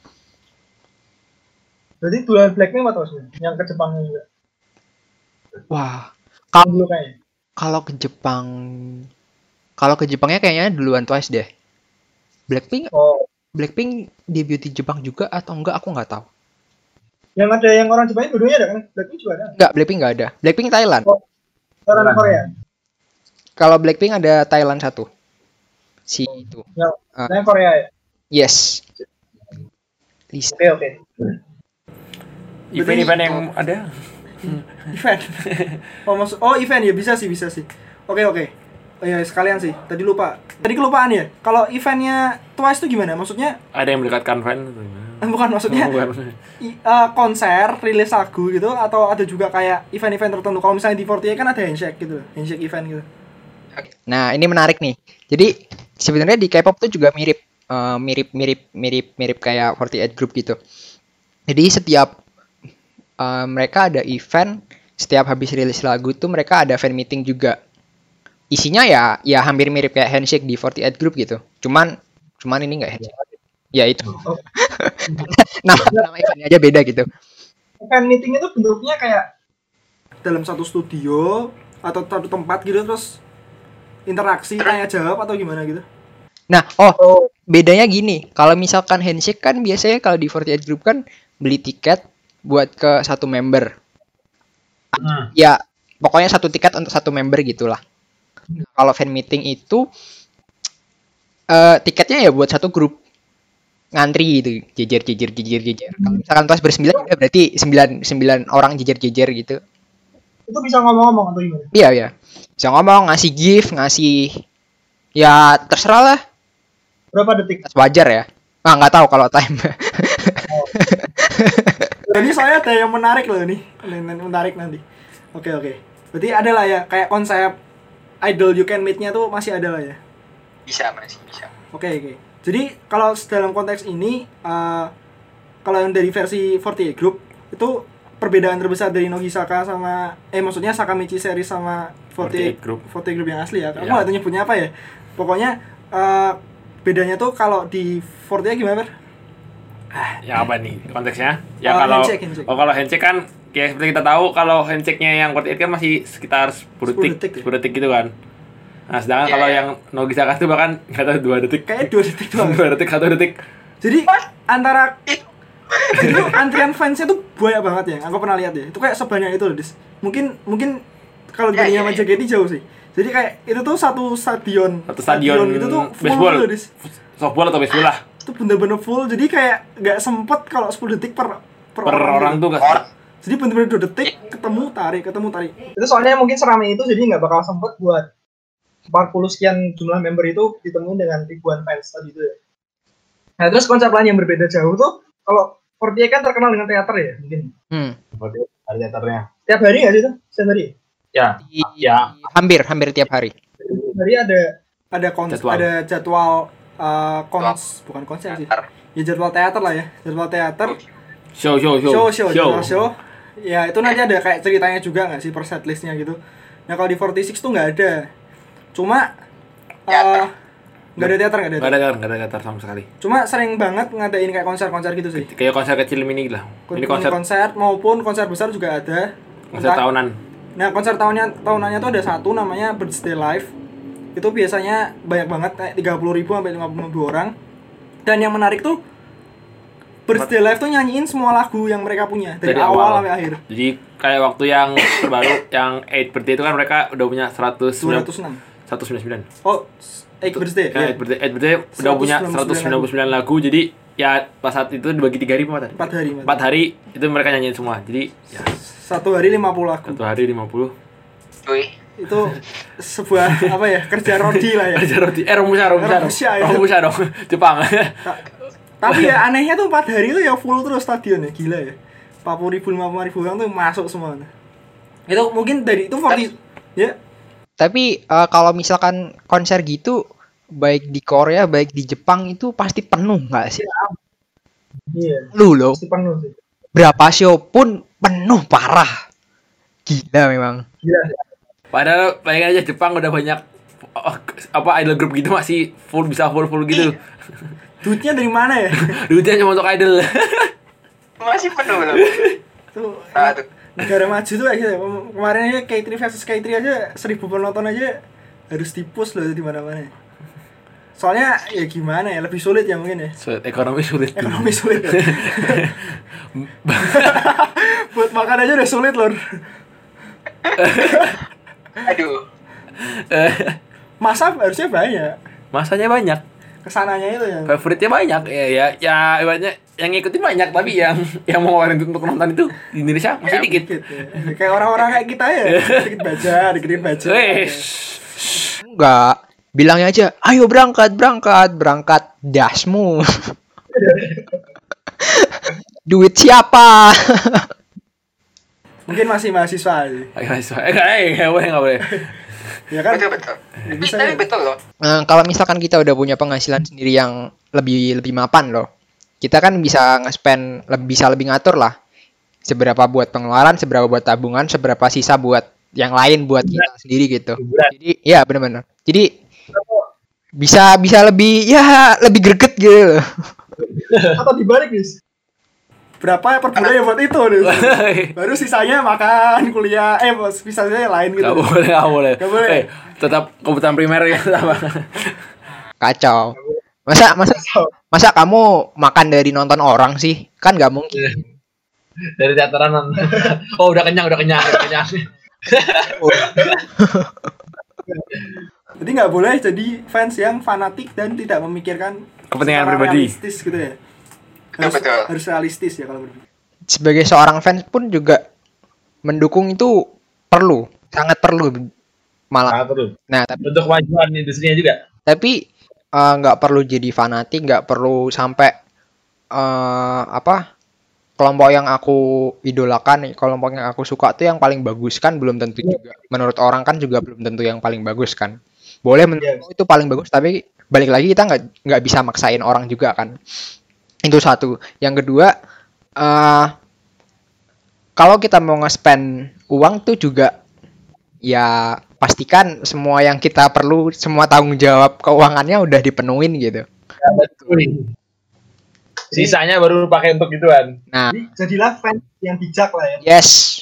Berarti duluan Blackpink atau sih? Yang ke Jepang juga. Wah, kalau Dulu kayaknya. kalau ke Jepang kalau ke Jepangnya kayaknya duluan Twice deh. Blackpink Oh, Blackpink debut di Jepang juga atau enggak aku nggak tahu. yang ada yang orang Jepang dua-duanya ada kan? Blackpink juga ada. Enggak, Blackpink nggak ada. Blackpink Thailand. Oh. Orang Korea. Kalau Blackpink ada Thailand satu. Si itu. Ya, Ah. yang Korea ya. Yes. Lisa. Oke, oke. Event-event yang ada. Event. Oh, maksud oh event ya bisa sih, bisa sih. Oke, oke. Oh ya, sekalian sih. Tadi lupa. Tadi kelupaan ya. Kalau eventnya Twice itu gimana? Maksudnya Ada yang mendekatkan fan atau gimana? bukan maksudnya Oh, bukan. i- eh, konser, rilis lagu gitu atau ada juga kayak event-event tertentu. Kalau misalnya di forty eight kan ada handshake gitu, handshake event gitu. Nah, ini menarik nih. Jadi sebenarnya di K-pop tuh juga mirip eh, mirip mirip mirip mirip kayak forty eight Group gitu. Jadi setiap eh, mereka ada event, setiap habis rilis lagu tuh mereka ada fan meeting juga. Isinya ya ya hampir mirip kayak handshake di forty eight Group gitu. Cuman cuman ini enggak handshake. Ya itu. nama nama eventnya aja beda gitu. Fan meeting itu bentuknya kayak Dalam satu studio atau satu tempat gitu terus interaksi tanya jawab atau gimana gitu. Nah, oh, bedanya gini. Kalau misalkan handshake kan biasanya kalau di forty eight Group kan beli tiket buat ke satu member. hmm. Ya, pokoknya satu tiket untuk satu member gitulah. Kalau fan meeting itu eh tiketnya ya buat satu grup. Ngantri gitu, jejer jejer jejer jejer. Kalau misalkan Twice bersembilan ya berarti sembilan sembilan orang jejer jejer gitu. Itu bisa ngomong-ngomong atau gimana? Iya, iya. Bisa ngomong, ngasih gift, ngasih ya terserah lah. Berapa detik? Wajar ya. Ah, nggak tahu kalau time. Jadi soalnya ada yang menarik loh nih, menarik nanti. Oke oke. Berarti ada lah ya kayak konsep idol you can meet-nya tuh masih ada lah ya. Bisa masih bisa. Oke oke. Jadi kalau dalam konteks ini, uh, kalau yang dari versi forty eight Group itu perbedaan terbesar dari Nogisaka sama eh maksudnya Sakamichi series sama forty eight forty eight Group. forty eight Group yang asli ya. Aku Ya. nggak tahu nyebutnya apa ya. Pokoknya uh, bedanya tuh kalau di forty eight gimana, Ber? Yang apa nih konteksnya? Ya Uh, kalau handshake, handshake. oh kalau handshake kan kayak seperti kita tahu kalau handshake-nya yang forty eight kan masih sekitar sepuluh sepuluh detik, detik ya? sepuluh detik gitu kan. Nah, sedangkan Iya, kalau iya. yang Nogisaka itu bahkan nggak tahu dua detik. Kayak dua detik doang. dua detik, satu detik. Jadi antara itu antrian fansnya tuh banyak banget ya. Aku pernah lihat ya. Itu kayak sebanyak itu loh, Dis. Mungkin mungkin kalau Ya, dibanding ya, sama ya. J K T jauh sih. Jadi kayak itu tuh satu stadion. Satu stadion itu tuh full baseball. gitu, Dis. Softball atau baseball lah. Itu bener-bener full. Jadi kayak nggak sempet kalau sepuluh detik per per, Per orang gitu. tuh nggak Or- Jadi bener-bener dua detik ketemu tarik, ketemu tarik. Itu soalnya mungkin seramai itu jadi nggak bakal sempet buat empat puluh sekian jumlah member itu ditemuin dengan ribuan fans tadi itu ya. Nah terus konsep lain yang berbeda jauh tuh kalau forty eight kan terkenal dengan teater ya mungkin. Hmm. Ada teaternya. Tiap hari nggak sih itu? Setiap hari? Ya. Di- Ya. Hampir hampir tiap hari. Tiap hari ada Ada kons Jadwal. ada jadwal uh, kons bukan konser sih. Teater. Ya jadwal teater lah ya. Jadwal teater. Show, show, show. show show show, show. Ya itu nanti ada kayak ceritanya juga nggak sih per setlistnya gitu. Nah kalau di forty six tuh nggak ada. Cuma Teater. eh, nggak ada teater nggak ada. Nggak teater. ada, nggak ada teater sama sekali. Cuma sering banget ngadain kayak konser-konser gitu sih. Kayak konser kecil mini lah. Ini konser konser maupun konser besar juga ada. konser Entah- tahunan. Nah konser tahunnya tahunannya tuh ada satu namanya Birthday Live. Itu biasanya banyak banget kayak tiga puluh ribu sampai lima puluh ribu orang. Dan yang menarik tuh Birthday Live tuh nyanyiin semua lagu yang mereka punya dari, Dari awal, awal. sampai akhir. Jadi kayak waktu yang baru yang eight birthday itu kan mereka udah punya seratus dua ratus enam. seratus sembilan puluh sembilan. Oh, eight Birthday. Ya, Ya. eight birthday, eight birthday udah punya seratus sembilan puluh sembilan lagu. Jadi ya pas saat itu dibagi tiga hari apa tadi? empat hari. empat hari itu mereka nyanyiin semua. Jadi ya Satu hari lima puluh lagu. satu hari lima puluh. Cuy. Itu sebuah apa ya? Kerja rodi lah ya. Aja roti. Eh Romusha, Romusha. Romusha, ya. Romusha dong. Jepang. Ta- Tapi ya anehnya tuh empat hari tuh ya full terus stadion ya, gila ya. empat puluh ribu, lima puluh ribu orang tuh masuk semua. Itu mungkin dari itu forty ya. Tapi eh, kalau misalkan konser gitu baik di Korea baik di Jepang itu pasti penuh nggak sih? iya. Lu loh, Pasti penuh sih. berapa show pun penuh parah. Gila memang. Gila. Padahal bayangin aja Jepang udah banyak oh, apa idol group gitu masih full bisa full full gitu. Duitnya dari mana ya? Duitnya cuma untuk idol. Masih penuh loh. Tuh Nah, tuh. negara maju tuh kayak gitu ya. Kem- Kemarin aja K tiga versus K tiga aja seribu penonton aja harus dipus loh di mana-mana. Soalnya ya gimana ya, lebih sulit ya mungkin ya. Sulit, ekonomi sulit. Ekonomi sulit. Ya. Buat makan aja udah sulit loh. Aduh. Masa harusnya banyak. Masanya banyak. Kesananya itu ya. Favoritnya banyak. Ya ya ya ibaratnya yang ngikutin banyak tapi yang yang mau ngeluarin untuk nonton itu di Indonesia masih dikit. Dikit ya. Kayak orang-orang kayak kita ya. Dikit baca, dikirim baca. Wes. Enggak. Bilangnya aja, ayo berangkat, berangkat, berangkat dasmu. Duit siapa? Mungkin masih mahasiswa aja. Ayo, eh enggak, eh enggak boleh, enggak boleh. Ya kan? Betul betul. Tapi, Bisa tapi ya. betul loh. Nah, kalau misalkan kita udah punya penghasilan sendiri yang lebih lebih mapan loh, kita kan bisa nge-spend, lebih bisa lebih ngatur lah. Seberapa buat pengeluaran, seberapa buat tabungan, seberapa sisa buat yang lain buat kita sendiri gitu. Jadi, ya benar-benar. Jadi bisa bisa lebih ya lebih greget gitu. Atau dibalik guys. Berapa per bulan ya buat itu nih. Baru sisanya makan, kuliah, eh sisanya yang lain gitu. Enggak boleh, enggak boleh. Nggak boleh. Eh, tetap kebutuhan primer ya sama. Kacau. Masa masa masa kamu makan dari nonton orang sih? Kan nggak mungkin. Dari teateran. Oh, udah kenyang, udah kenyang, udah kenyang. Jadi nggak boleh jadi fans yang fanatik dan tidak memikirkan Kepentingan secara pribadi. realistis gitu ya. Betul, Harus, betul. harus realistis ya kalau berpikir. Sebagai seorang fans pun juga mendukung itu perlu, sangat perlu malah. Ah, terus. Nah, tapi Untuk kemajuan industrinya juga. tapi eh, nggak perlu jadi fanatik, nggak perlu sampai eh, apa kelompok yang aku idolakan, kelompok yang aku suka tuh yang paling bagus kan belum tentu juga. Menurut orang kan juga belum tentu yang paling bagus kan. Boleh menurut itu paling bagus, tapi balik lagi kita nggak nggak bisa maksain orang juga kan. Itu satu. Yang kedua, eh kalau kita mau nge-spend uang tuh juga ya pastikan semua yang kita perlu, semua tanggung jawab keuangannya udah dipenuhin gitu. Sisanya baru pakai untuk gituan. Nah, Jadi jadilah fans yang bijak lah ya. yes.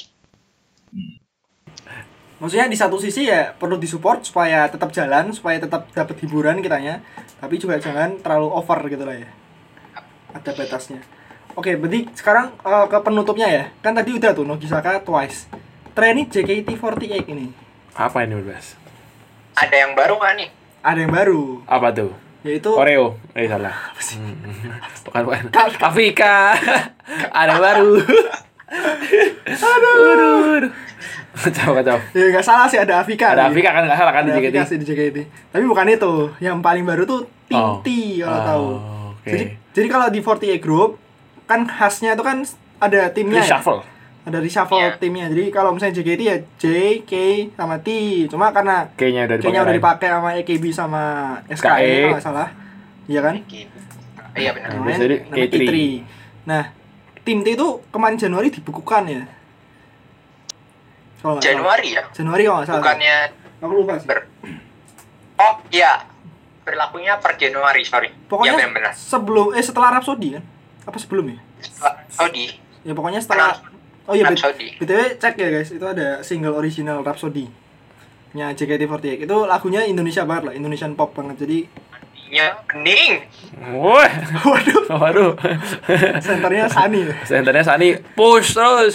Maksudnya di satu sisi ya perlu disupport supaya tetap jalan, supaya tetap dapat hiburan kitanya, tapi juga jangan terlalu over gitu lah ya. Ada batasnya. Oke, berarti sekarang uh, ke penutupnya ya. Kan tadi udah tuh Nogisaka, Twice. Tren J K T empat delapan ini. Apa ini, Mas? Ada yang baru nggak nih? Ada yang baru, Apa tuh? yaitu Oreo. Eh salah. Hmm. Bukan bukan. Afika. Ada baru. Aduh. Aduh. Kacau kacau. ya nggak salah sih, ada Afika. Ada nih. Afika kan nggak salah kan di Ada J K T. Afika sih di J K T. Tapi bukan itu. Yang paling baru tuh Team Oh. T kalau Oh, tahu. oke. Jadi jadi kalau di empat delapan Group kan khasnya itu kan ada timnya. ya. Reshuffle. Ada reshuffle Iya. timnya. Jadi kalau misalnya J K T ya J, K sama T. Cuma karena Kayaknya udah kayaknya udah dipakai. dipakai sama A K B sama S K E S K E. kalau nggak salah. Iya kan? Iya benar. Nah, Namanya- jadi namanya K tiga. K tiga. Nah, tim T itu kemarin Januari dibukukan ya. Kalau nggak salah. Januari ya? Januari kalau nggak salah. Bukannya Aku lupa sih. ber Oh iya. Berlakunya per Januari, sorry. Pokoknya ya benar. sebelum eh setelah Rhapsody kan? Apa sebelum ya? Saudi. Ya pokoknya setelah Oh iya, Rhapsody. B T W cek ya guys, itu ada single original Rhapsody nya J K T empat delapan. Itu lagunya Indonesia banget lah, Indonesian pop banget. Jadi Nya kening. Woi. waduh, Waduh. senternya Sani. Senternya Sani push terus.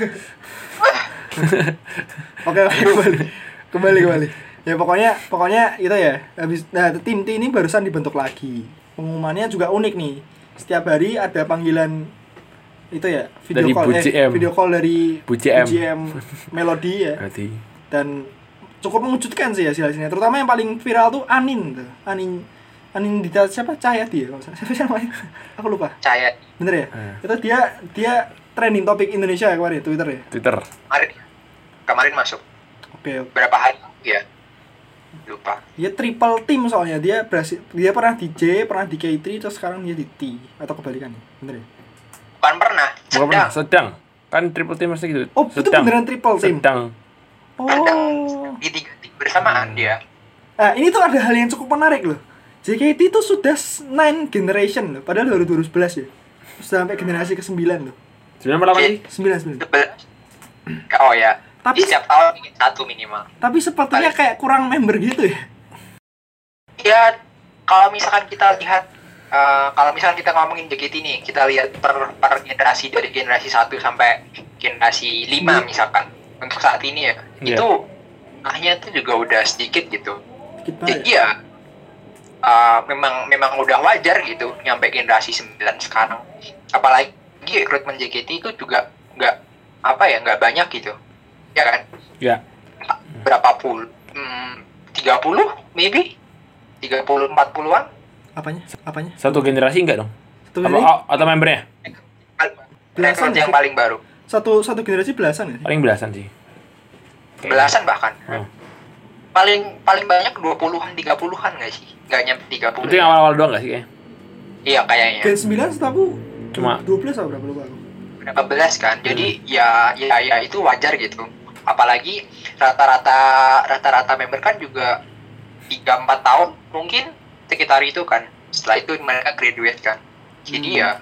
Oke, oke, kembali. Kembali kembali. Ya pokoknya pokoknya itu ya. Habis nah tim T ini barusan dibentuk lagi. Pengumumannya juga unik nih. Setiap hari ada panggilan itu ya, video Dari call Bu J M. eh, video call dari Bu J M. M Melody ya. Berarti. Dan cukup mengejutkan sih hasil-hasilnya. Terutama yang paling viral tuh Anin tuh. Anin Anin Dita siapa? Cahyati ya kalau nggak salah. Siapa sih namanya? Aku lupa. Caya Bener ya? Eh. Itu dia dia trending topik Indonesia ya kemarin Twitter ya. Twitter. kemarin kemarin masuk. Oke, oke. Berapa hari ya? Lupa. Dia triple team soalnya. Dia berhasil dia pernah di J, pernah di K tiga, terus sekarang dia di T atau kebalikannya. Bener ya? Bukan pernah. Bukan pernah, Sedang. sedang. Kan triple team mesti gitu. Oh, itu Sedang. beneran triple team. Sedang. Oh. Di tiga tim bersamaan dia. Nah, ini tuh ada hal yang cukup menarik loh. J K T itu sudah nine generation loh, padahal baru dua ribu sebelas ya. Sudah sampai generasi ke sembilan loh. Sembilan berapa sih? sembilan sembilan. Oh ya. Tapi- Tapi setiap tahun bikin satu minimal. Tapi sepertinya kayak kurang member gitu ya. Ya kalau misalkan kita lihat uh, kalau misalkan kita ngomongin J K T nih, kita lihat per, per generasi dari generasi satu sampai generasi lima misalkan untuk saat ini ya, Yeah. itu ahnya tuh juga udah sedikit gitu. Dikit banget. Jadi ya uh, memang memang udah wajar gitu nyampe generasi sembilan sekarang. Apalagi rekrutmen J K T itu juga nggak apa ya nggak banyak gitu, ya kan? Ya. Berapa puluh? Hmm, tiga puluh maybe? tiga puluh empat puluhan? Apanya? Apanya? Satu generasi enggak dong? Satu Apa, generasi, oh, atau membernya? Belasan Rekrut yang sih. paling baru. satu satu generasi belasan ya? Paling belasan sih. Belasan bahkan. Oh. Paling paling banyak dua puluhan, tiga puluhan nggak sih? Nggak nyampe tiga puluh. Itu yang awal-awal doang nggak sih kayaknya? Iya kayaknya. Gen sembilan setahu Cuma- dua belas atau berapa lupa aku. Berapa belas kan? Jadi ya ya ya itu wajar gitu. Apalagi rata-rata rata-rata member kan juga tiga empat tahun mungkin sekitar itu kan. Setelah itu mereka graduate kan. Jadi Hmm. ya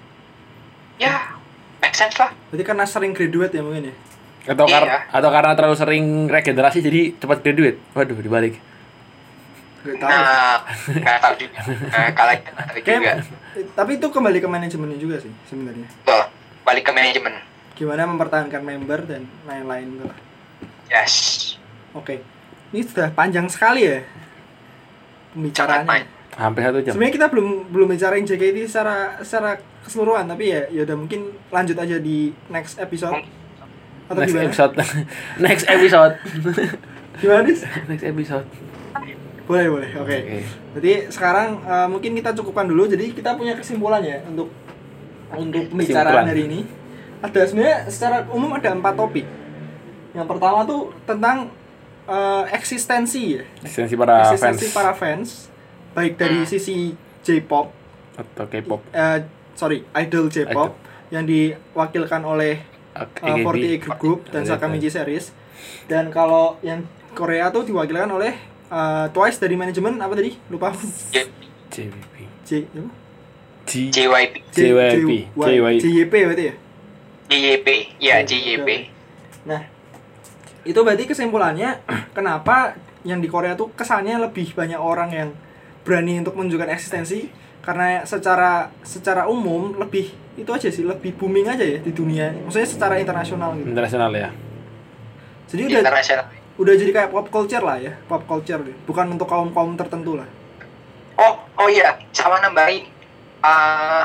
ya make sense lah. Berarti karena sering graduate ya mungkin ya? Atau Iya. kar- atau karena terlalu sering regenerasi jadi cepat graduate. Waduh, dibalik. Gak tahu. Nah, nggak tahu juga. Nah, kalau itu nggak tahu juga. Kayak, tapi itu kembali ke manajemennya juga sih sebenarnya. Tuh, balik ke manajemen. Gimana mempertahankan member dan lain-lain gitu lah. Yes. Oke. Ini sudah panjang sekali ya Sangat pembicaraannya. main. Hampir satu jam. Sebenarnya kita belum belum bicarain J K T secara secara keseluruhan, tapi ya ya udah mungkin lanjut aja di next episode. Atau Next gimana? episode. Next episode. Gimana, Dis? Next episode. Boleh, boleh. Oke. Oke. Jadi sekarang eh, mungkin kita cukupkan dulu. Jadi kita punya kesimpulan ya untuk untuk pembicaraan Kesimpulan. hari ini. Ada sebenarnya secara umum ada empat topik. Yang pertama tuh tentang eh, eksistensi ya. Eksistensi para eksistensi fans para fans, baik dari sisi J-pop, atau K-pop. eh, sorry, idol J-pop yang diwakilkan oleh A- uh, A K B. forty eight Group Group dan Sakamichi Series. Dan kalau yang Korea tuh diwakilkan oleh uh, Twice dari manajemen apa tadi? Lupa. J J Y P. J apa? J Y P. J Y P. J Y P. J Y P berarti ya? J Y P. Ya, J Y P. Nah, itu berarti kesimpulannya kenapa yang di Korea tuh kesannya lebih banyak orang yang berani untuk menunjukkan eksistensi, karena secara secara umum lebih itu aja sih, lebih booming aja ya di dunia. Maksudnya secara internasional gitu. Internasional ya. Jadi udah Internasional. udah jadi kayak pop culture lah ya, pop culture deh. Bukan untuk kaum-kaum tertentu lah. Oh, oh iya, sama nambahin. Ah,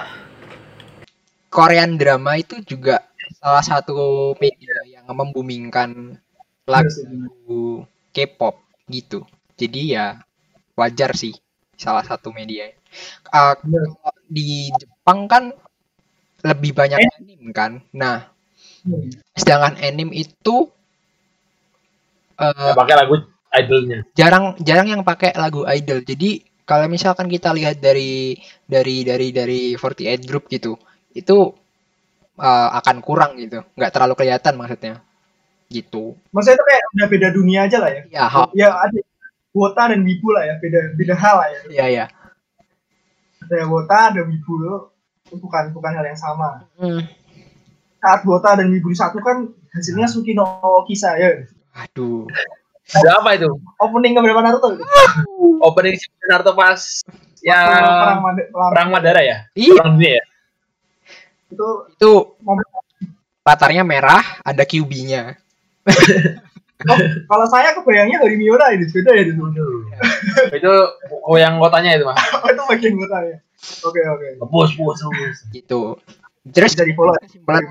Korean drama itu juga salah satu media yang membumingkan lagu K-pop gitu. Jadi ya wajar sih salah satu media. Uh, kalau di Jepang kan lebih banyak anime kan. Nah, sedangkan anime itu uh, Nggak pakai lagu idolnya. jarang jarang yang pakai lagu idol. Jadi kalau misalkan kita lihat dari dari dari dari forty eight Group gitu, itu uh, akan kurang gitu, nggak terlalu kelihatan maksudnya, gitu. Maksudnya itu kayak udah beda dunia aja lah ya. Ya, ha- Ya ada Wota dan Wibu lah ya, beda beda hal lah ya. ya ya. Ada Wota, ada Wibu, itu bukan bukan hal yang sama. Hmm. Saat Wota dan Wibu disatukan, hasilnya Suki no Kisa ya. Aduh. Ada apa itu? Opening ke berapa Naruto? Gitu? Opening si Naruto pas ya perang, Mad- perang, perang Madara ya? Ih, Perang dunia ya? itu itu latarnya merah, ada Q B-nya. oh, kalau saya kebayangnya dari Miura ini beda ya itu. Itu oh yang kotanya itu mah. Oh, itu bagian Wota ya. Oke oke. Bos bos bos. Gitu. Terus Bisa di follow. kesimpulan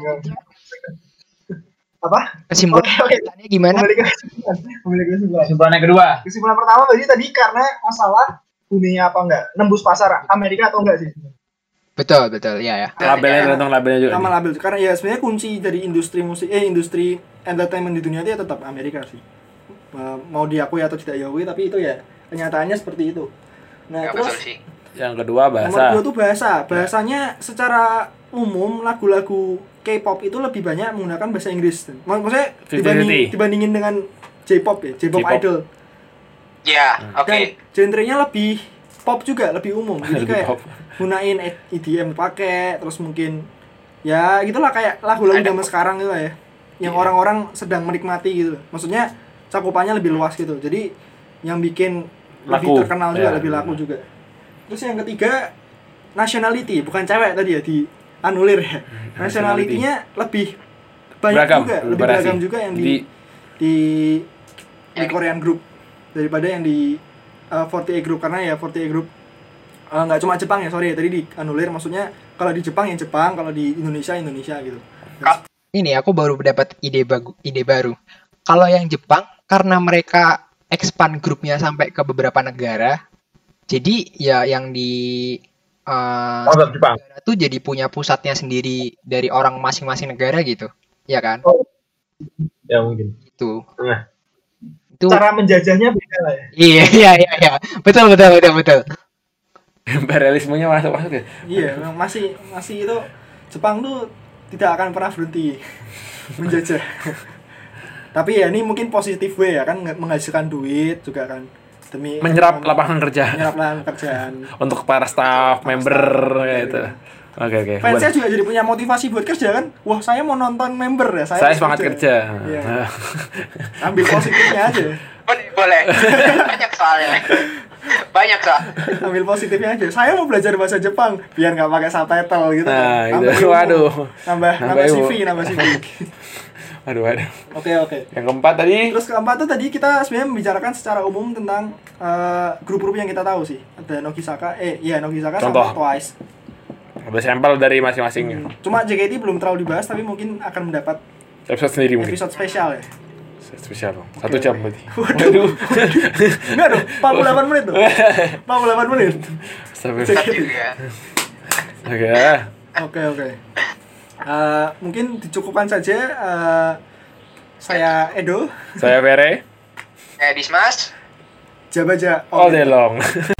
Apa? kesimpulan Oke, oke. kesimpulannya gimana? Kembali ke kesimpulan. Kembali ke kesimpulan. Kesimpulan yang kedua. Kesimpulan pertama tadi tadi karena masalah bunyinya apa enggak, nembus pasar Amerika atau enggak sih? Betul, betul. Ya, ya. Labelnya tergantung labelnya juga. Sama nih. label, karena ya sebenarnya kunci dari industri musik eh industri entertainment di dunia itu ya tetap Amerika sih. Uh, mau diakui atau tidak diakui, tapi itu ya kenyataannya seperti itu. Nah, ya terus betul sih. Yang kedua nomor bahasa. dua tuh bahasa. Bahasanya secara umum lagu-lagu K-pop itu lebih banyak menggunakan bahasa Inggris. Mak- Maksudnya fifty dibanding, fifty. dibandingin dengan J-pop ya, J-pop, J-pop. idol. Ya, oke. Dan genrenya lebih pop juga, lebih umum. Jadi Lebih kayak pop. gunain E D M pakai, terus mungkin ya gitulah kayak lagu-lagu Ada- zaman sekarang gitu lah ya. Yang Iya. orang-orang sedang menikmati gitu. Maksudnya cakupannya lebih luas gitu. Jadi yang bikin lebih Laku. terkenal juga, Ya, lebih benar. laku juga. Terus yang ketiga nationality, bukan cewek tadi ya di anulir ya. Nationality-nya lebih banyak Beragam, juga, lebih bervariasi. beragam juga yang di Jadi di di Korean group daripada yang di uh, empat puluh delapan group, karena ya empat puluh delapan group uh, nggak cuma Jepang ya, sorry ya, tadi di anulir, maksudnya kalau di Jepang yang Jepang, kalau di Indonesia Indonesia gitu. Ini aku baru dapat ide bagu, ide baru. Kalau yang Jepang karena mereka expand grupnya sampai ke beberapa negara, jadi ya yang di uh, Oh, Jepang. negara tuh jadi punya pusatnya sendiri dari orang masing-masing negara gitu, ya kan? Ya mungkin. Itu. Nah. Itu. Cara menjajahnya beda lah ya. Iya iya iya iya. Betul betul betul betul. imperialismenya masuk masuk ya. Iya, memang masih masih itu Jepang tuh tidak akan pernah berhenti menjajah. Tapi ya ini mungkin positif way ya kan, menghasilkan duit juga kan, demi Menyerap mem- lapangan kerja menyerap lapangan pekerjaan. untuk para staff, member staff, gitu. iya. Oke oke. Fansnya juga jadi punya motivasi buat kerja kan. Wah, saya mau nonton member ya, saya, Saya harus semangat kerja. Iya. Ambil positifnya aja. Boleh, boleh. Banyak soalnya. Banyak soal. Ambil positifnya aja. Saya mau belajar bahasa Jepang biar nggak pakai subtitle gitu. Nah, Nambah gitu. ilmu. Waduh. Nambah Nambah nambah C V, ilmu. nambah C V. Waduh waduh. Oke, oke. Yang keempat tadi Terus keempat tuh tadi kita sebenarnya membicarakan secara umum tentang uh, grup-grup yang kita tahu sih. Ada Nogisaka, eh iya Nogisaka Contoh. sama Twice. ada sampel dari masing-masingnya. Cuma J K T belum terlalu dibahas, tapi mungkin akan mendapat Episode sendiri mungkin. episode spesial ya. Spesial. Satu Oke, jam oke. berarti. Waduh. Enggak dong, empat puluh delapan menit tuh. empat puluh delapan menit. Astagfirullah. J K T. Juga. Oke. Oke, oke. Eh, mungkin dicukupkan saja. eh, saya Edo, Saya Vere. Eh, Dismas. Jabaja All day long.